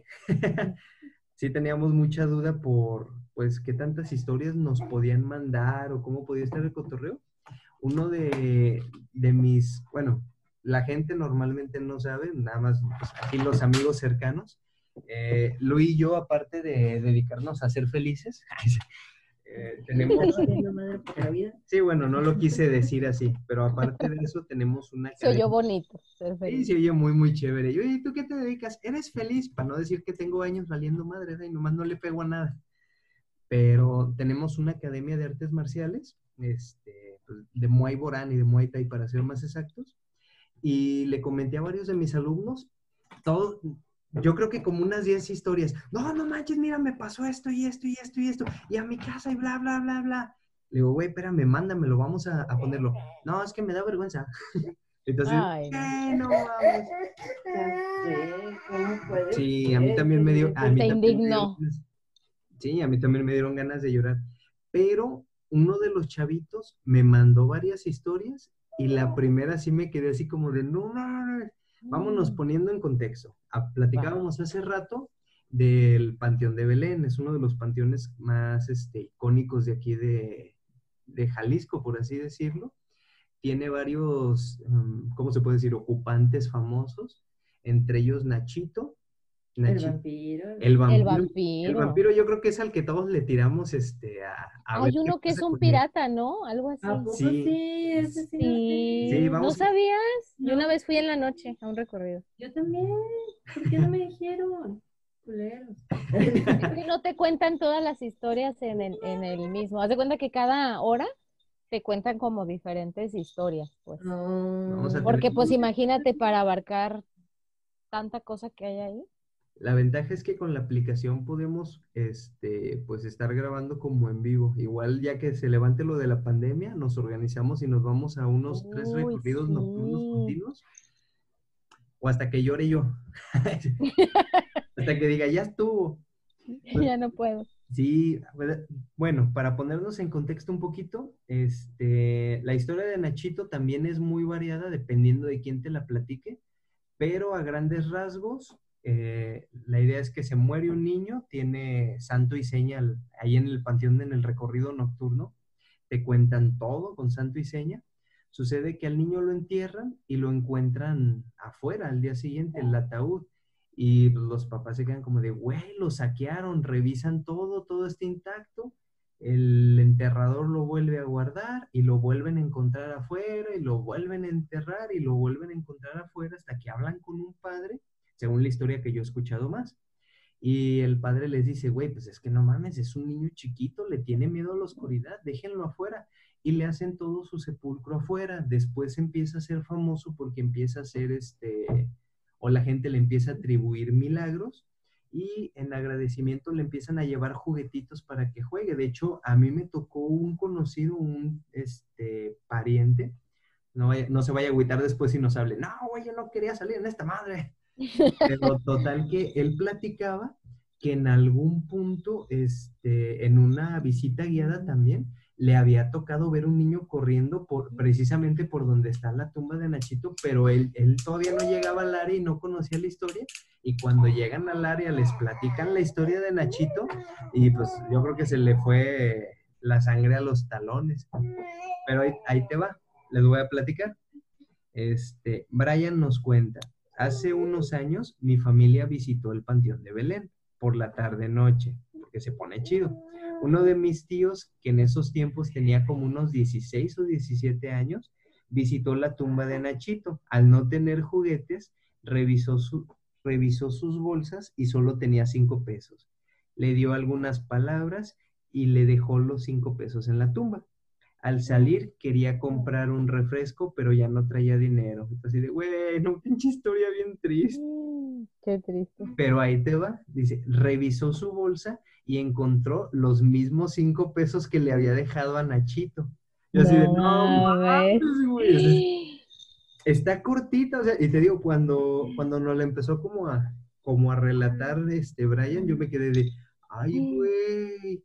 Sí teníamos mucha duda por, pues, qué tantas historias nos podían mandar o cómo podía estar el cotorreo. Uno de, de mis, bueno, la gente normalmente no sabe, nada más pues, aquí los amigos cercanos. Eh, Lu y yo, aparte de dedicarnos a ser felices, eh, tenemos... Está valiendo madre por la vida. Sí, bueno, no lo quise decir así, pero aparte de eso tenemos una... Se oyó cadena- bonito. Ser Sí, feliz. se oye muy, muy chévere. Y oye, ¿tú qué te dedicas? ¿Eres feliz? Para no decir que tengo años valiendo madre, ¿eh? Y nomás no le pego a nada. Pero tenemos una academia de artes marciales, este, pues, de Muay Boran y de Muay Thai, para ser más exactos. Y le comenté a varios de mis alumnos, todo, yo creo que como unas diez historias. No, no manches, mira, me pasó esto y esto y esto y esto. Y a mi casa y bla, bla, bla, bla. Le digo, güey, espérame, mándamelo, vamos a, a ponerlo. No, es que me da vergüenza. Entonces, Ay, no. ¿qué? No mames. Ya sé. ¿cómo puede Sí, a mí ser? también me dio, a mí Te también me dieron indignó. ganas- sí, a mí también me dieron ganas de llorar. Pero uno de los chavitos me mandó varias historias y la primera sí me quedé así como de, no, mames". Vámonos Mm, poniendo en contexto. Ah, va. platicábamos hace rato del Panteón de Belén, es uno de los panteones más este, icónicos de aquí de, de Jalisco, por así decirlo. Tiene varios, um, ¿cómo se puede decir?, ocupantes famosos, entre ellos Nachito, El Nachito, vampiro. el El vampiro. El vampiro. vampiro yo creo que es al que todos le tiramos este, a, a ver Hay qué uno que es pasa un con él. pirata, ¿no? Algo ¿A así. poco Sí, sí? Ese sí no sí, Sí, sé. ¿no vamos. sabías? Yo No, una vez fui en la noche a un recorrido. yo también. ¿Por qué no me dijeron? Culeros. Es que no te cuentan todas las historias en el, en el mismo. Haz de cuenta que cada hora te cuentan como diferentes historias, pues. Vamos a No. tener. Porque pues imagínate para abarcar tanta cosa que hay ahí. La ventaja es que con la aplicación podemos, este, pues estar grabando como en vivo. Igual ya que se levante lo de la pandemia, nos organizamos y nos vamos a unos tres Uy, recorridos nocturnos sí. continuos o hasta que llore yo. Hasta que diga, ya estuvo. Pues, Ya no puedo. sí, bueno, para ponernos en contexto un poquito, este, la historia de Nachito también es muy variada dependiendo de quién te la platique, pero a grandes rasgos, eh, la idea es que se muere un niño, tiene santo y seña ahí en el panteón, en el recorrido nocturno, te cuentan todo con santo y seña. Sucede que al niño lo entierran y lo encuentran afuera al día siguiente, el ataúd. Y pues, los papás se quedan como de, güey, lo saquearon, revisan todo, todo está intacto. El enterrador lo vuelve a guardar y lo vuelven a encontrar afuera y lo vuelven a enterrar y lo vuelven a encontrar afuera hasta que hablan con un padre, según la historia que yo he escuchado más. Y el padre les dice, güey, pues es que no mames, es un niño chiquito, le tiene miedo a la oscuridad, déjenlo afuera. Y le hacen todo su sepulcro afuera. Después empieza a ser famoso porque empieza a ser este, o la gente le empieza a atribuir milagros y en agradecimiento le empiezan a llevar juguetitos para que juegue. De hecho, a mí me tocó un conocido, un este, pariente, no, vaya- no se vaya a agüitar después si nos hable, no, güey, yo no quería salir en esta madre. Pero total que él platicaba que en algún punto, este, en una visita guiada también, le había tocado ver un niño corriendo por, precisamente por donde está la tumba de Nachito, pero él, él todavía no llegaba al área y no conocía la historia. Y cuando llegan al área les platican la historia de Nachito y pues yo creo que se le fue la sangre a los talones. Pero ahí, ahí te va, les voy a platicar. Este, Brian nos cuenta, hace unos años mi familia visitó el Panteón de Belén por la tarde-noche, porque se pone chido. Uno de mis tíos, que en esos tiempos tenía como unos dieciséis o diecisiete años, visitó la tumba de Nachito. Al no tener juguetes, revisó, su, revisó sus bolsas y solo tenía cinco pesos. Le dio algunas palabras y le dejó los cinco pesos en la tumba. Al salir quería comprar un refresco, pero ya no traía dinero. Así de, güey, no, pinche historia bien triste. Mm, qué triste. Pero ahí te va, dice, revisó su bolsa y encontró los mismos cinco pesos que le había dejado a Nachito. Y así de, No no mames. mames, güey. O sea, está cortita, o sea, y te digo, cuando, cuando nos la empezó como a, como a relatar este Brian, yo me quedé de, ay, güey.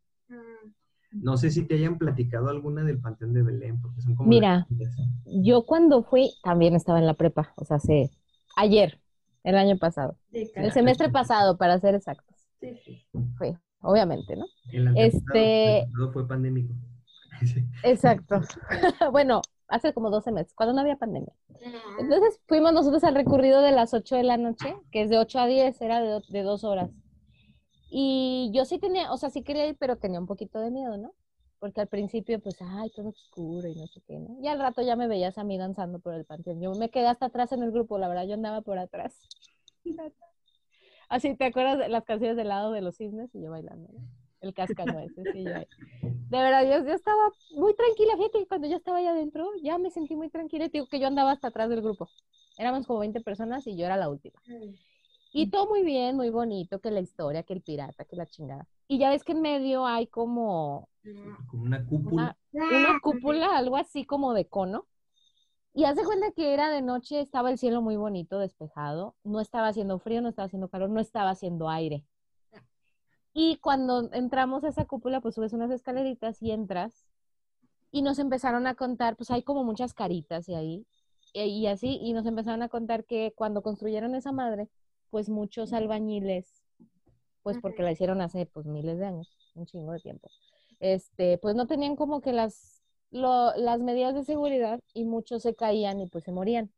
No sé si te hayan platicado alguna del Panteón de Belén, porque son como las Mira, típicas. yo cuando fui también estaba en la prepa, o sea, hace ayer, el año pasado, Sí, el Sí, claro. semestre pasado, para ser exactos. Sí, sí. Fue, obviamente, ¿no? el antepasado, el Este, pasado fue pandémico. Sí. exacto. Bueno, hace como doce meses, cuando no había pandemia. Entonces fuimos nosotros al recorrido de las ocho de la noche, que es de ocho a diez, era de, de dos horas. Y yo sí tenía, o sea, sí quería ir, pero tenía un poquito de miedo, ¿no? Porque al principio, pues, ay, todo oscuro y no sé qué, ¿no? Y al rato ya me veías a mí danzando por el panteón. Yo me quedé hasta atrás en el grupo, la verdad, yo andaba por atrás. Así, ¿te acuerdas de las canciones del lado de los cisnes? Y yo bailando, ¿no? El cascanueces, y yo ahí. De verdad, yo, yo estaba muy tranquila, fíjate que cuando yo estaba allá adentro, ya me sentí muy tranquila. Y te digo que yo andaba hasta atrás del grupo. Éramos como veinte personas y yo era la última. Y todo muy bien, muy bonito, que la historia, que el pirata, que la chingada. Y ya ves que en medio hay como Como una cúpula. una, una cúpula, algo así como de cono. Y haz de cuenta que era de noche, estaba el cielo muy bonito, despejado, no estaba haciendo frío, no estaba haciendo calor, no estaba haciendo aire. Y cuando entramos a esa cúpula, pues subes unas escaleritas y entras y nos empezaron a contar, pues hay como muchas caritas y ahí, y, y así, y nos empezaron a contar que cuando construyeron esa madre, pues muchos albañiles, pues porque la hicieron hace pues miles de años, un chingo de tiempo, este, pues no tenían como que las, lo, las medidas de seguridad y muchos se caían y pues se morían.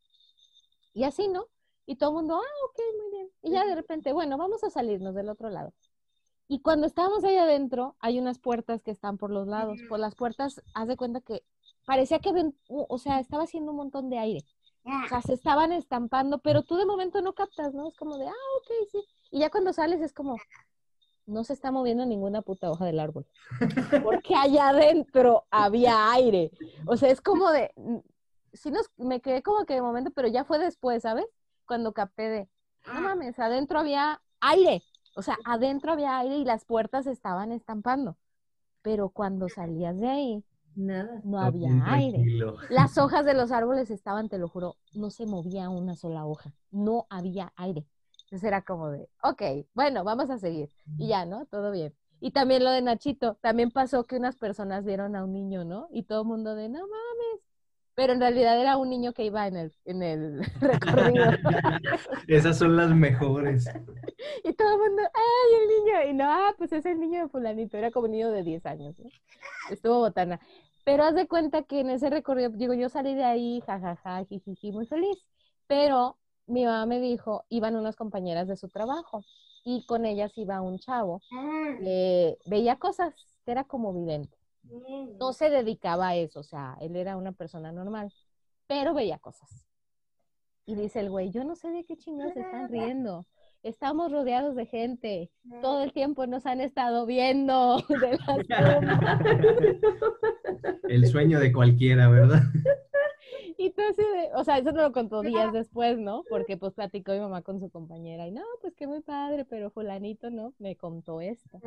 Y así, ¿no? Y todo el mundo, ah, ok, muy bien. Y ya de repente, bueno, vamos a salirnos del otro lado. Y cuando estábamos ahí adentro, hay unas puertas que están por los lados. Por las puertas, haz de cuenta que parecía que, ven, o sea, estaba haciendo un montón de aire. O sea, se estaban estampando, pero tú de momento no captas, ¿no? Es como de, ah, ok, sí. Y ya cuando sales es como, no se está moviendo ninguna puta hoja del árbol. Porque allá adentro había aire. O sea, es como de, sí nos, me quedé como que de momento, pero ya fue después, ¿sabes? Cuando capté de, no mames, adentro había aire. O sea, adentro había aire y las puertas estaban estampando. Pero cuando salías de ahí, Nada. no Todo bien había aire. tranquilo. Las hojas de los árboles estaban, te lo juro, no se movía una sola hoja. No había aire. Entonces era como de, ok, bueno, vamos a seguir. Y ya, ¿no? Todo bien. Y también lo de Nachito, también pasó que unas personas vieron a un niño, ¿no? Y todo el mundo de, no mames. Pero en realidad era un niño que iba en el, en el recorrido. Esas son las mejores. Y todo el mundo, ¡ay, el niño! Y no, ah, pues es el niño de fulanito. Era como un niño de diez años, ¿no? Estuvo botana. Pero haz de cuenta que en ese recorrido, digo, yo salí de ahí, jajaja, jijiji, muy feliz. Pero mi mamá me dijo, iban unas compañeras de su trabajo y con ellas iba un chavo que veía cosas, que era como vidente. No se dedicaba a eso, o sea, él era una persona normal, pero veía cosas. Y dice el güey, yo no sé de qué chingados se están riendo. Estamos rodeados de gente. Todo el tiempo nos han estado viendo de las tumbas. El sueño de cualquiera, ¿verdad? Y tú así de, o sea, eso no lo contó días después, ¿no? Porque pues platicó mi mamá con su compañera y no, pues qué muy padre, pero fulanito, ¿no? Me contó esto.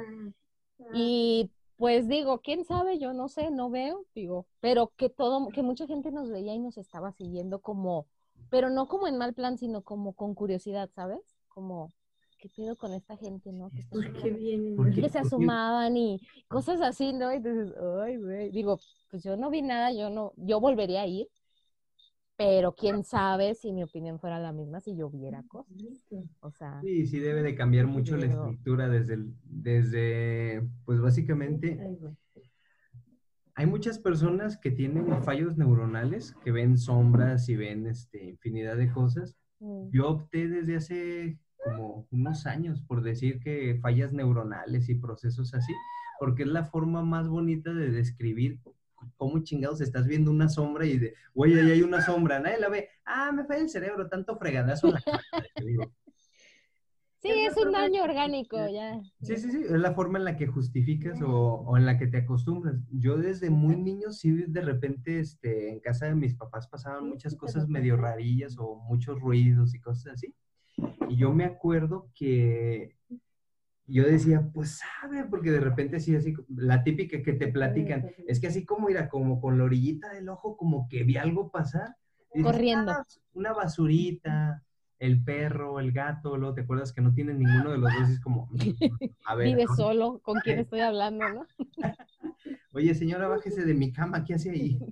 Y pues digo, quién sabe, yo no sé, no veo, digo, pero que todo, que mucha gente nos veía y nos estaba siguiendo como, pero no como en mal plan, sino como con curiosidad, ¿sabes? Como, ¿qué pedo con esta gente, no? Que, está ¿Por qué vienen? ¿Por y qué? que se ¿Por qué? asomaban y cosas así, ¿no? Y entonces, ay, güey, digo, pues yo no vi nada, yo no, yo volvería a ir, pero quién sabe si mi opinión fuera la misma si yo viera cosas. O sea, Sí, sí debe de cambiar mucho la pero, estructura desde, el- desde, pues básicamente, Ay, güey. hay muchas personas que tienen fallos neuronales, que ven sombras y ven este, infinidad de cosas. mm, Yo opté desde hace como unos años por decir que fallas neuronales y procesos así, porque es la forma más bonita de describir cómo chingados estás viendo una sombra y de, güey, ahí hay una sombra, nadie la ve. Ah, me falla el cerebro, tanto fregadazo en la cara. Te digo. sí, Es la es un forma en daño la orgánico, que- ya. Sí, sí, sí, es la forma en la que justificas o, o en la que te acostumbras. Yo desde muy niño, sí, de repente, este, en casa de mis papás pasaban muchas cosas medio rarillas o muchos ruidos y cosas así. Y yo me acuerdo que yo decía, pues sabe, porque de repente así, así, la típica que te platican, es que así como era, como con la orillita del ojo, como que vi algo pasar. Y dices, Corriendo. ah, una basurita, el perro, el gato, luego te acuerdas que no tienen ninguno de los dos, y es como, mm, a ver, Vive ahora- solo, ¿con quién estoy hablando, no? oye señora, bájese de mi cama, ¿qué hace ahí?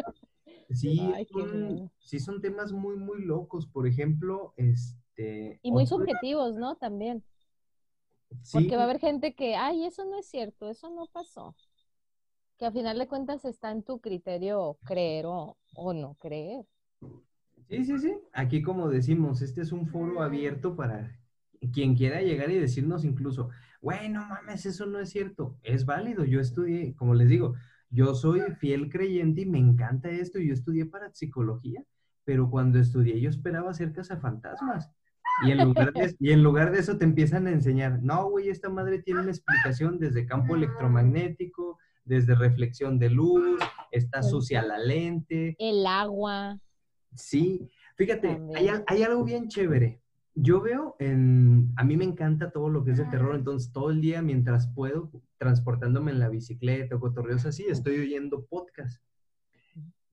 Sí, Ay, qué son, miedo. sí son temas muy, muy locos. Por ejemplo, este, Y muy otro, subjetivos, ¿no? También. sí, Porque va a haber gente que, ay, eso no es cierto, eso no pasó. Que a final de cuentas está en tu criterio creer o, o no creer. sí, sí, sí. Aquí, como decimos, este es un foro abierto para quien quiera llegar y decirnos incluso, güey, no mames, eso no es cierto. Es válido. Yo estudié, como les digo, yo soy fiel creyente y me encanta esto. Yo estudié para psicología, pero cuando estudié yo esperaba ser cazafantasmas. Y en lugar de, y en lugar de eso te empiezan a enseñar, no, güey, esta madre tiene una explicación desde campo electromagnético, desde reflexión de luz, está sucia la lente. El agua Sí, fíjate, hay, también. al- hay algo bien chévere. Yo veo en, a mí me encanta todo lo que es de terror, entonces todo el día mientras puedo, transportándome en la bicicleta o cotorreos así, estoy oyendo podcast.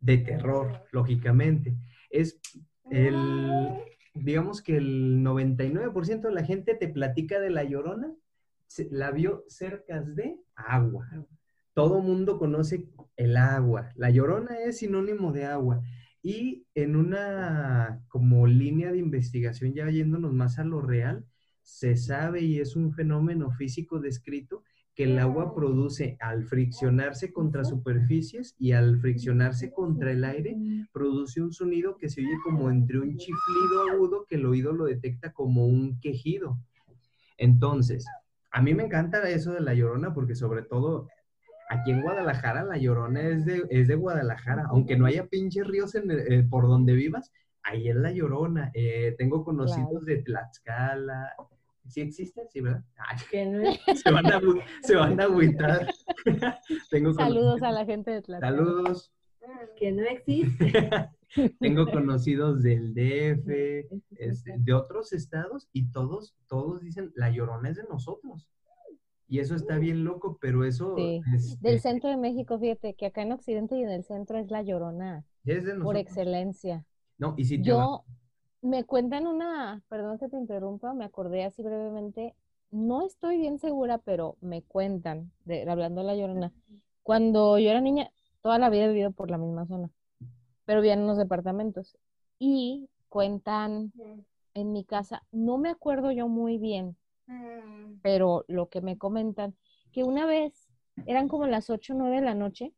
de terror, lógicamente. Es el, digamos que el noventa y nueve por ciento de la gente te platica de La Llorona, se- la vio cerca de agua. Todo mundo conoce el agua. La Llorona es sinónimo de agua. Y en una como línea de investigación, ya yéndonos más a lo real, se sabe y es un fenómeno físico descrito que el agua produce al friccionarse contra superficies y al friccionarse contra el aire, produce un sonido que se oye como entre un chiflido agudo que el oído lo detecta como un quejido. Entonces, a mí me encanta eso de La Llorona porque sobre todo aquí en Guadalajara, La Llorona es de, es de Guadalajara, aunque no haya pinches ríos en el- eh, por donde vivas, ahí es La Llorona. Eh, tengo Claro. conocidos de Tlaxcala. ¿Sí existe? Sí, ¿verdad? Ay, Que no se van a, agü- se van a agüitar. Tengo Saludos conocidos. a la gente de Tlaxcala. Saludos. que no existe. Tengo conocidos del D F, este, de otros estados, y todos, todos dicen, La Llorona es de nosotros. Y eso está bien loco, pero eso Sí. Del este, centro de México, fíjate que acá en Occidente y en el centro es La Llorona, es de por nosotros. excelencia. No, y si te va. Yo me cuentan una, perdón que te interrumpa, me acordé así brevemente, no estoy bien segura, pero me cuentan, de, hablando de La Llorona, cuando yo era niña, toda la vida he vivido por la misma zona, pero vivía en unos departamentos. Y cuentan en mi casa, no me acuerdo yo muy bien, pero lo que me comentan, que una vez eran como las ocho o nueve de la noche,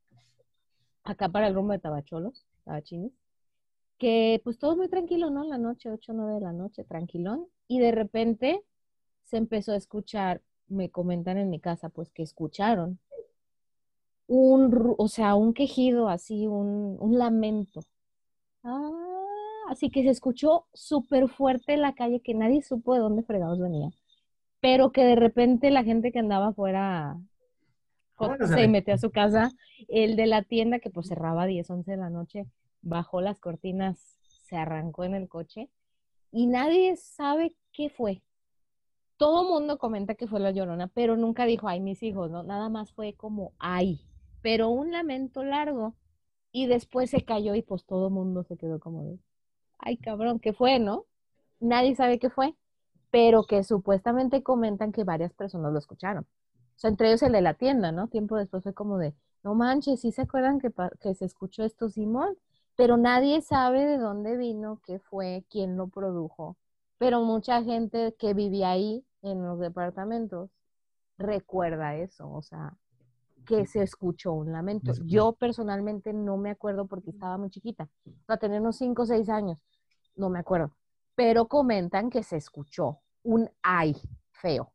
acá para el rumbo de Tabacholos, Tabachines, que pues todo muy tranquilo, ¿no? La noche, ocho o nueve de la noche, tranquilón, y de repente se empezó a escuchar, me comentan en mi casa, pues que escucharon un, ru- o sea, un quejido así, un, un lamento. Ah, así que se escuchó súper fuerte en la calle que nadie supo de dónde fregados venía, pero que de repente la gente que andaba afuera co- Bueno, se ¿sabes? metió a su casa, el de la tienda que pues cerraba a diez, once de la noche, bajó las cortinas, se arrancó en el coche y nadie sabe qué fue. Todo mundo comenta que fue La Llorona, pero nunca dijo, ay, mis hijos, ¿no? Nada más fue como, ay, pero un lamento largo y después se cayó y pues todo mundo se quedó como de, ay, cabrón, ¿qué fue, no? Nadie sabe qué fue, pero que supuestamente comentan que varias personas lo escucharon. O sea, entre ellos el de la tienda, ¿no? Tiempo después fue como de, no manches, ¿sí se acuerdan que, pa- que se escuchó esto, Simón? Pero nadie sabe de dónde vino, qué fue, quién lo produjo. Pero mucha gente que vivía ahí en los departamentos recuerda eso, o sea, que se escuchó un lamento. Yo personalmente no me acuerdo porque estaba muy chiquita, para tener unos cinco o seis años, no me acuerdo, pero comentan que se escuchó un ay feo,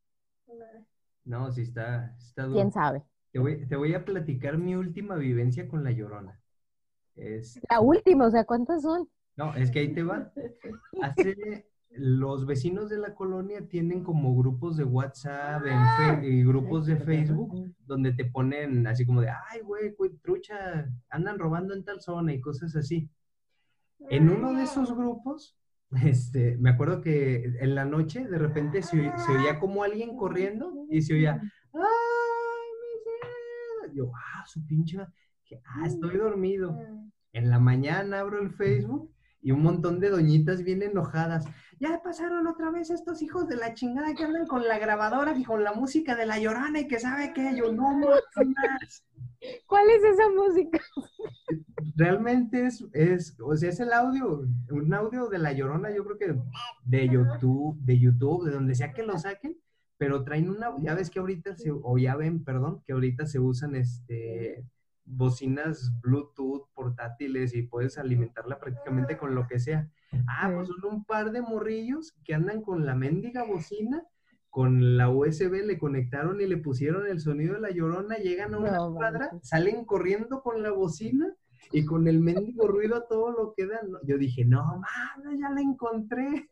No, sí está, está quién duro. sabe. Te voy, te voy a platicar mi última vivencia con La Llorona. Es, La última, o sea, ¿cuántas son? no, es que ahí te va. Hace, los vecinos de la colonia tienen como grupos de WhatsApp en fe- y grupos de Facebook donde te ponen así como de, ay, güey, güey, trucha, andan robando en tal zona y cosas así. En uno de esos grupos, este, me acuerdo que en la noche de repente se, oí- se oía como alguien corriendo y se oía, ¡ay, mi cielo! Yo, ah, su pinche, que, ah, estoy dormido. En la mañana abro el Facebook y un montón de doñitas bien enojadas. Ya pasaron otra vez estos hijos de la chingada que andan con la grabadora y con la música de La Llorona y que sabe que yo no más. ¿Cuál es esa música? Realmente es, es, o sea, es el audio, un audio de La Llorona, yo creo que de YouTube, de YouTube, de donde sea que lo saquen, pero traen una, ya ves que ahorita se, o ya ven, perdón, que ahorita se usan este bocinas Bluetooth portátiles y puedes alimentarla prácticamente con lo que sea. Ah, pues son un par de morrillos que andan con la mendiga bocina, con la U S B le conectaron y le pusieron el sonido de La Llorona, llegan a una No, cuadra, manches. salen corriendo con la bocina y con el mendigo ruido a todo lo que da. ¿No? Yo dije, no mames, ya la encontré.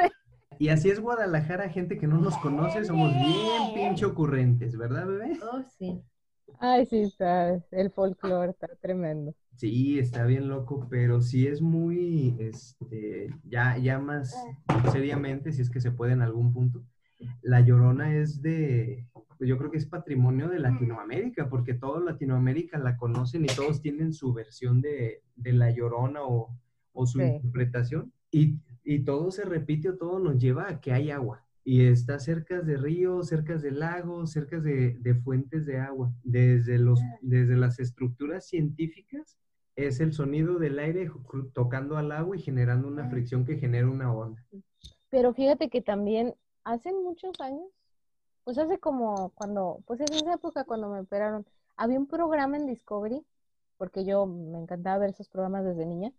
Y así es Guadalajara, gente que no nos conoce, somos bien pinche ocurrentes, ¿verdad, bebé? Oh, sí. Ay, sí, está, el folclore está tremendo. Sí, está bien loco, pero sí es muy, este, ya, ya más seriamente, si es que se puede en algún punto. La Llorona es de, yo creo que es patrimonio de Latinoamérica, porque toda Latinoamérica la conocen y todos tienen su versión de, de La Llorona o, o su Sí. interpretación, y, y todo se repite o todo nos lleva a que hay agua. Y está cerca de ríos, cerca de lagos, cerca de, de fuentes de agua. Desde, los, desde las estructuras científicas es el sonido del aire tocando al agua y generando una fricción que genera una onda. Pero fíjate que también hace muchos años, pues hace como cuando, pues en esa época cuando me operaron, había un programa en Discovery, porque yo me encantaba ver esos programas desde niña.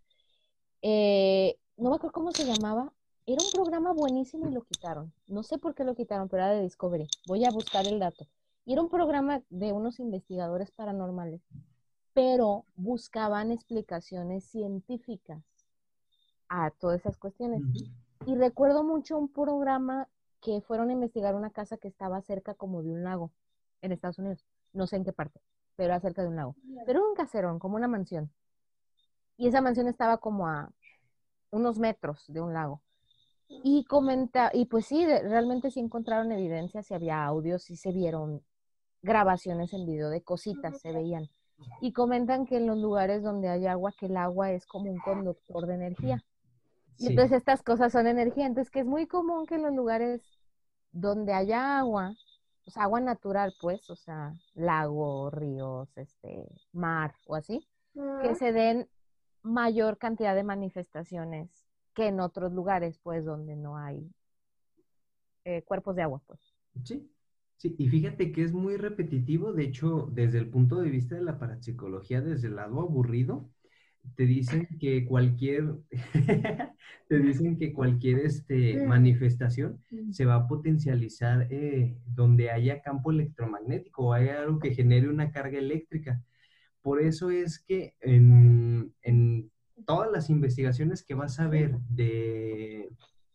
Eh, no me acuerdo cómo se llamaba. Era un programa buenísimo y lo quitaron. No sé por qué lo quitaron, pero era de Discovery. Voy a buscar el dato. Y era un programa de unos investigadores paranormales, pero buscaban explicaciones científicas a todas esas cuestiones. Uh-huh. Y recuerdo mucho un programa que fueron a investigar una casa que estaba cerca como de un lago en Estados Unidos. No sé en qué parte, pero era cerca de un lago. Pero era un caserón, como una mansión. Y esa mansión estaba como a unos metros de un lago. Y comenta, y pues sí, de, realmente sí encontraron evidencias, sí había audios, sí se vieron grabaciones en video de cositas, se veían. Y comentan que en los lugares donde hay agua, que el agua es como un conductor de energía. Y Sí. entonces estas cosas son energía. Entonces que es muy común que en los lugares donde haya agua, pues agua natural, pues, o sea, lago, ríos, este, mar o así, que se den mayor cantidad de manifestaciones que en otros lugares, pues, donde no hay eh, cuerpos de agua, pues. Sí, sí, y fíjate que es muy repetitivo, de hecho, desde el punto de vista de la parapsicología, desde el lado aburrido, te dicen que cualquier, te dicen que cualquier este, manifestación se va a potencializar eh, donde haya campo electromagnético o haya algo que genere una carga eléctrica. Por eso es que en, en todas las investigaciones que vas a ver de...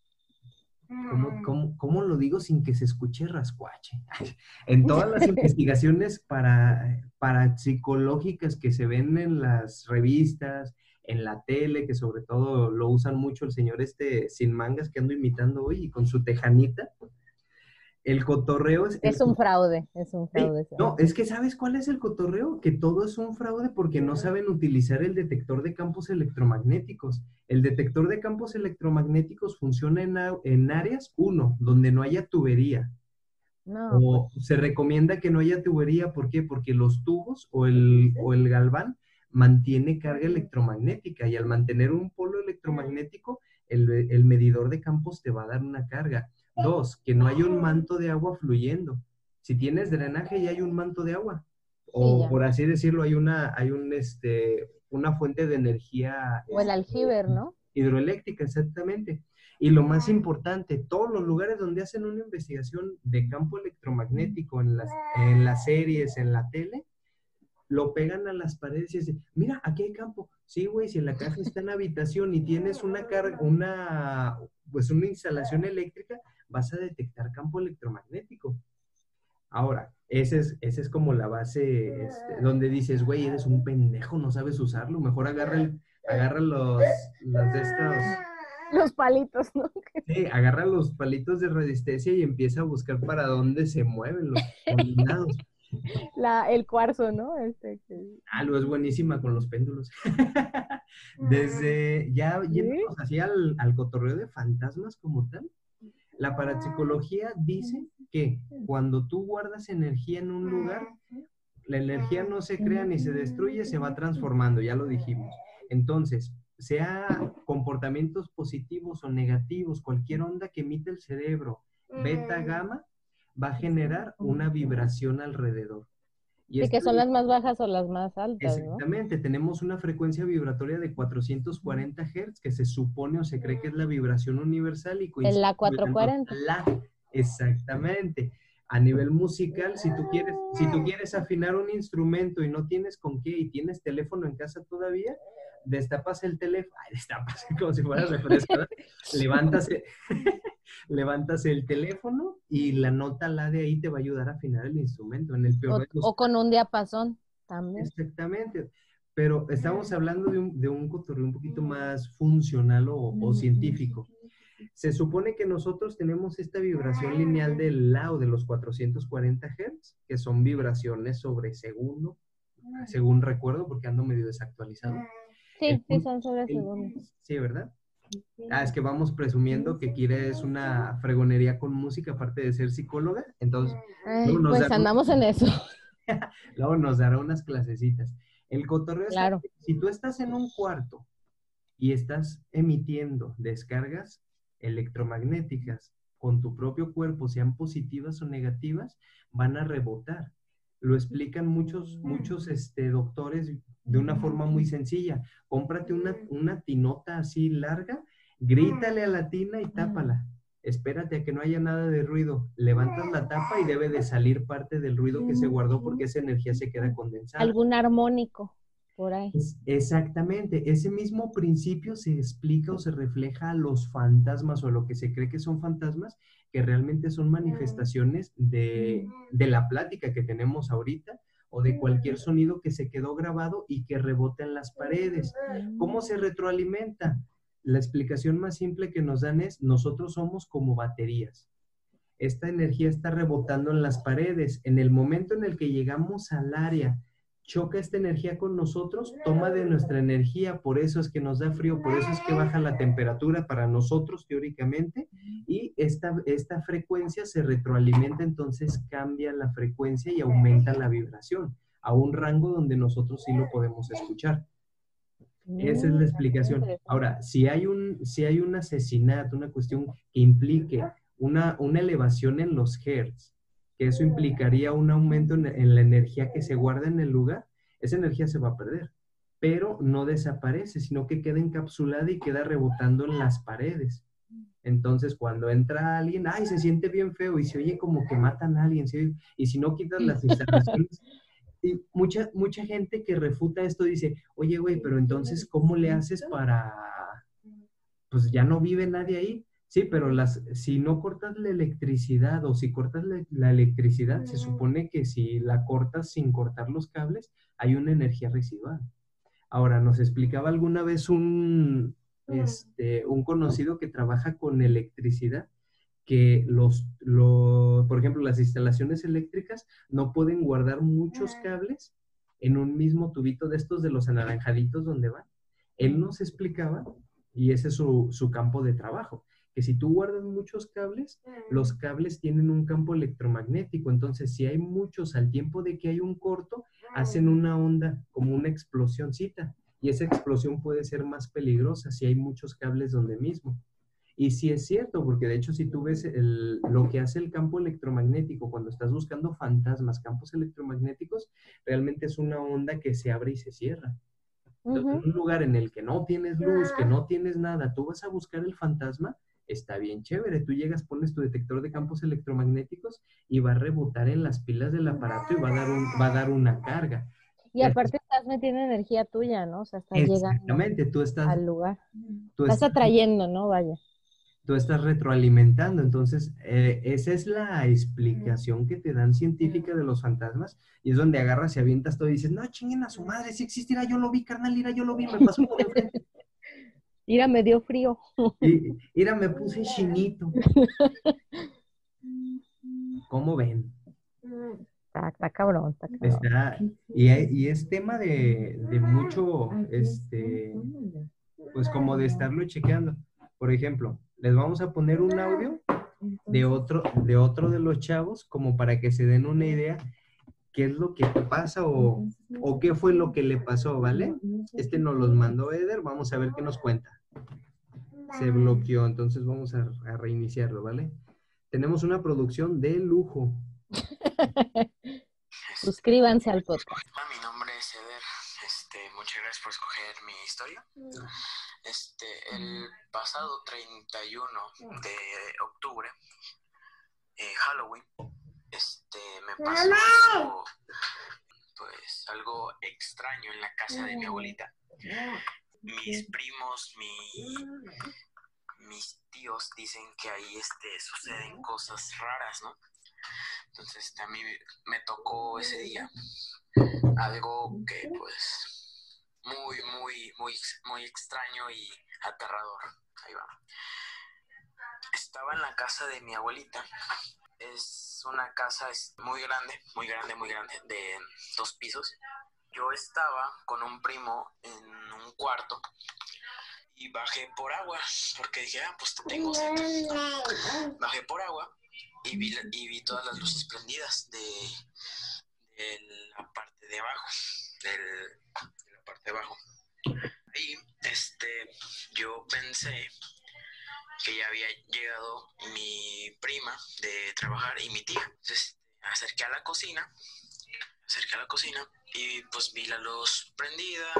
¿Cómo, cómo, cómo lo digo sin que se escuche rascuache? En todas las investigaciones para, parapsicológicas que se ven en las revistas, en la tele, que sobre todo lo usan mucho el señor este sin mangas que ando imitando hoy y con su tejanita, el cotorreo es... El, Es un fraude, es un sí, fraude. no, es que ¿sabes cuál es el cotorreo? Que todo es un fraude porque no saben utilizar el detector de campos electromagnéticos. El detector de campos electromagnéticos funciona en, a- en áreas, uno, donde no haya tubería. No, pues, O se recomienda que no haya tubería, ¿por qué? Porque los tubos o el, o el galván mantiene carga electromagnética y al mantener un polo electromagnético, el, el medidor de campos te va a dar una carga. Dos, que no hay un manto de agua fluyendo. Si tienes drenaje ya hay un manto de agua. O sí, ya. por así decirlo, hay una, hay un, este, una fuente de energía O el este, aljiber, ¿no? hidroeléctrica, exactamente. Y lo más importante, todos los lugares donde hacen una investigación de campo electromagnético en las, en las series, en la tele, lo pegan a las paredes y dicen, mira, aquí hay campo. Sí, güey, si en la casa está en habitación y tienes una carga, una, pues una instalación eléctrica, vas a detectar campo electromagnético. Ahora, ese es, ese es como la base este, donde dices, güey, eres un pendejo, no sabes usarlo, mejor agarra, el, agarra los, los de estos, Los palitos, ¿no? sí, agarra los palitos de resistencia y empieza a buscar para dónde se mueven los combinados. La, el cuarzo, ¿no? Este, que... Ah, lo es buenísima con los péndulos. Desde ya ¿Sí? yéndonos así al, al cotorreo de fantasmas como tal, la parapsicología dice que cuando tú guardas energía en un lugar, la energía no se crea ni se destruye, se va transformando, ya lo dijimos. Entonces, sea comportamientos positivos o negativos, cualquier onda que emite el cerebro, beta, gamma, va a generar una vibración alrededor. Y Sí, esta, que son las más bajas o las más altas, ¿no? exactamente, tenemos una frecuencia vibratoria de cuatrocientos cuarenta hertz que se supone o se cree que es la vibración universal y En coincide la con el cuatrocientos cuarenta. la, exactamente. A nivel musical, si tú quieres, si tú quieres afinar un instrumento y no tienes con qué y tienes teléfono en casa todavía, destapas el teléfono, ay, destapas como si fuera refresco, levantas, levantas el teléfono y la nota la de ahí te va a ayudar a afinar el instrumento. En el peor O, de los o con un diapasón también. exactamente, pero estamos hablando de un, de un cotorreo un poquito más funcional o, o científico. Se supone que nosotros tenemos esta vibración lineal del lao de los cuatrocientos cuarenta hertz, que son vibraciones sobre segundo, según recuerdo, porque ando medio desactualizado. Sí, El sí, punto- son sobre el- segundo. Sí, ¿verdad? Ah, es que vamos presumiendo que Kira es una fregonería con música, aparte de ser psicóloga, entonces Ay, luego nos, pues dará, andamos en eso. luego nos dará unas clasecitas. El cotorreo está, Claro. si tú estás en un cuarto y estás emitiendo descargas electromagnéticas con tu propio cuerpo, sean positivas o negativas, van a rebotar. Lo explican muchos, muchos este, doctores de una forma muy sencilla. Cómprate una, una tinota así larga, grítale a la tina y tápala. Espérate a que no haya nada de ruido. Levantas la tapa y debe de salir parte del ruido que se guardó porque esa energía se queda condensada. Algún armónico por ahí. Es- exactamente, ese mismo principio se explica o se refleja a los fantasmas o a lo que se cree que son fantasmas, que realmente son manifestaciones de, de la plática que tenemos ahorita o de cualquier sonido que se quedó grabado y que rebota en las paredes. ¿Cómo se retroalimenta? La explicación más simple que nos dan es, nosotros somos como baterías. Esta energía está rebotando en las paredes. En el momento en el que llegamos al área, choca esta energía con nosotros, toma de nuestra energía, por eso es que nos da frío, por eso es que baja la temperatura para nosotros teóricamente, y esta, esta frecuencia se retroalimenta, entonces cambia la frecuencia y aumenta la vibración a un rango donde nosotros sí lo podemos escuchar. Esa es la explicación. Ahora, si hay un, si hay un asesinato, una cuestión que implique una, una elevación en los hertz, que eso implicaría un aumento en, en la energía que se guarda en el lugar, esa energía se va a perder, pero no desaparece, sino que queda encapsulada y queda rebotando en las paredes. Entonces, cuando entra alguien, ay, se siente bien feo y se oye como que matan a alguien, ¿sí? Y si no quitas las instalaciones, y mucha, mucha gente que refuta esto dice, oye, güey, pero entonces, ¿cómo le haces para, pues ya no vive nadie ahí? Sí, pero las, si no cortas la electricidad o si cortas la, la electricidad, se supone que si la cortas sin cortar los cables, hay una energía residual. Ahora, nos explicaba alguna vez un, este, un conocido que trabaja con electricidad, que los, los, por ejemplo, las instalaciones eléctricas no pueden guardar muchos cables en un mismo tubito de estos de los anaranjaditos donde van. Él nos explicaba, y ese es su, su campo de trabajo, que si tú guardas muchos cables, los cables tienen un campo electromagnético, entonces si hay muchos al tiempo de que hay un corto, hacen una onda como una explosioncita, y esa explosión puede ser más peligrosa si hay muchos cables donde mismo. Y sí es cierto, porque de hecho si tú ves el, lo que hace el campo electromagnético cuando estás buscando fantasmas, campos electromagnéticos, realmente es una onda que se abre y se cierra. Entonces, uh-huh. En un lugar en el que no tienes luz, que no tienes nada, tú vas a buscar el fantasma, está bien chévere. Tú llegas, pones tu detector de campos electromagnéticos y va a rebotar en las pilas del aparato y va a dar, un, va a dar una carga. Y aparte estás metiendo energía tuya, ¿no? O sea, estás Exactamente, llegando tú estás, al lugar. Tú estás, estás atrayendo, ¿no? Vaya. Tú estás retroalimentando. Entonces, eh, esa es la explicación que te dan científica de los fantasmas. Y es donde agarras y avientas todo y dices, no, chinguen a su madre, si existirá, yo lo vi, carnal, ira, yo lo vi, me pasó por enfrente. Ira, me dio frío. Y, ira, me puse chinito. ¿Cómo ven? Está, está cabrón, está cabrón. Está, y, y es tema de, de mucho, este, pues como de estarlo chequeando. Por ejemplo, les vamos a poner un audio de otro, de otro de los chavos como para que se den una idea qué es lo que pasa o, o qué fue lo que le pasó, ¿vale? Este nos los mandó Eder, vamos a ver qué nos cuenta. Se bloqueó, entonces vamos a, a reiniciarlo, ¿vale? Tenemos una producción de lujo. Suscríbanse al podcast. Mi nombre es Eder, este, muchas gracias por escoger mi historia. Este, el pasado treinta y uno de octubre, eh, Halloween, este, me pasó algo, pues, algo extraño en la casa de mi abuelita. Mis primos, mi, mis tíos dicen que ahí este, suceden cosas raras, ¿no? Entonces a mí me tocó ese día algo que pues muy, muy, muy, muy extraño y aterrador. Ahí va. estaba en la casa de mi abuelita. Es una casa es muy grande, muy grande, muy grande, de dos pisos. Yo estaba con un primo en un cuarto y bajé por agua, porque dije, ah, pues te tengo sed. Bajé por agua y vi, y vi todas las luces prendidas de, de la parte de abajo, del, de la parte de abajo. Y este, yo pensé que ya había llegado mi prima de trabajar y mi tía. Entonces, me acerqué a la cocina, me acerqué a la cocina y pues vi la luz prendida.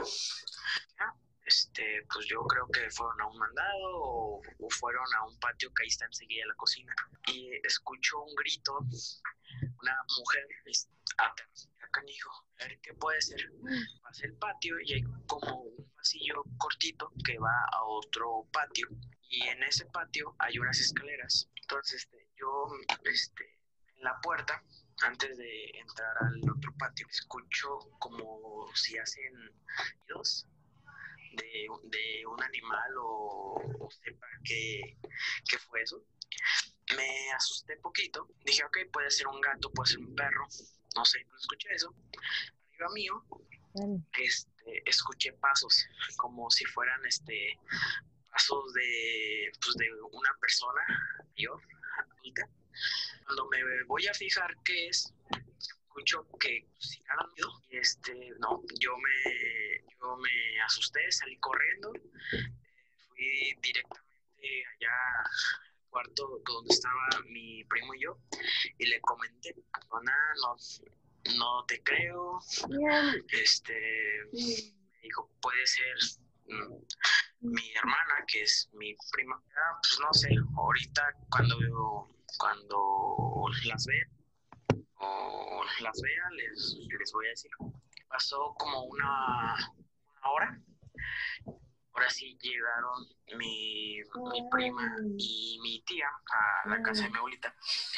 Este, pues yo creo que fueron a un mandado o, o fueron a un patio que ahí está enseguida la cocina. Y escucho un grito, una mujer, acá, canijo, a ver qué puede ser. Pasé el patio y hay como un pasillo cortito que va a otro patio. Y en ese patio hay unas escaleras. Entonces, este, yo, este, en la puerta, antes de entrar al otro patio, escucho como si hacen ruidos de, de un animal o, o sepa qué, qué fue eso. Me asusté poquito. Dije, ok, puede ser un gato, puede ser un perro. No sé, no escuché eso. Arriba mío, este, escuché pasos, como si fueran, este, pasos de, pues, de una persona mayor, adulta. Cuando me voy a fijar qué es, escucho que si nada miedo, y este, no, yo me, yo me asusté, salí corriendo, fui directamente allá al cuarto donde estaba mi primo y yo, y le comenté, no, nada, no, no te creo, este, me dijo, puede ser mm, mi hermana, que es mi prima. Ah, pues no sé, ahorita cuando, cuando las vea o las vea, les, les voy a decir. Pasó como una, una hora. Ahora sí llegaron mi, mi prima y mi tía a la casa de mi abuelita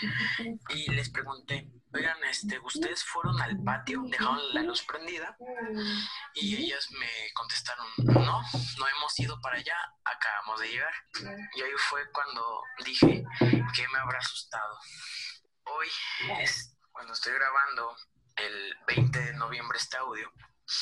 y les pregunté, oigan, este, ¿ustedes fueron al patio? ¿Dejaron la luz prendida? Y ellas me contestaron, no, no hemos ido para allá, acabamos de llegar. Y ahí fue cuando dije, ¿qué me habrá asustado? Hoy, es cuando estoy grabando el veinte de noviembre este audio,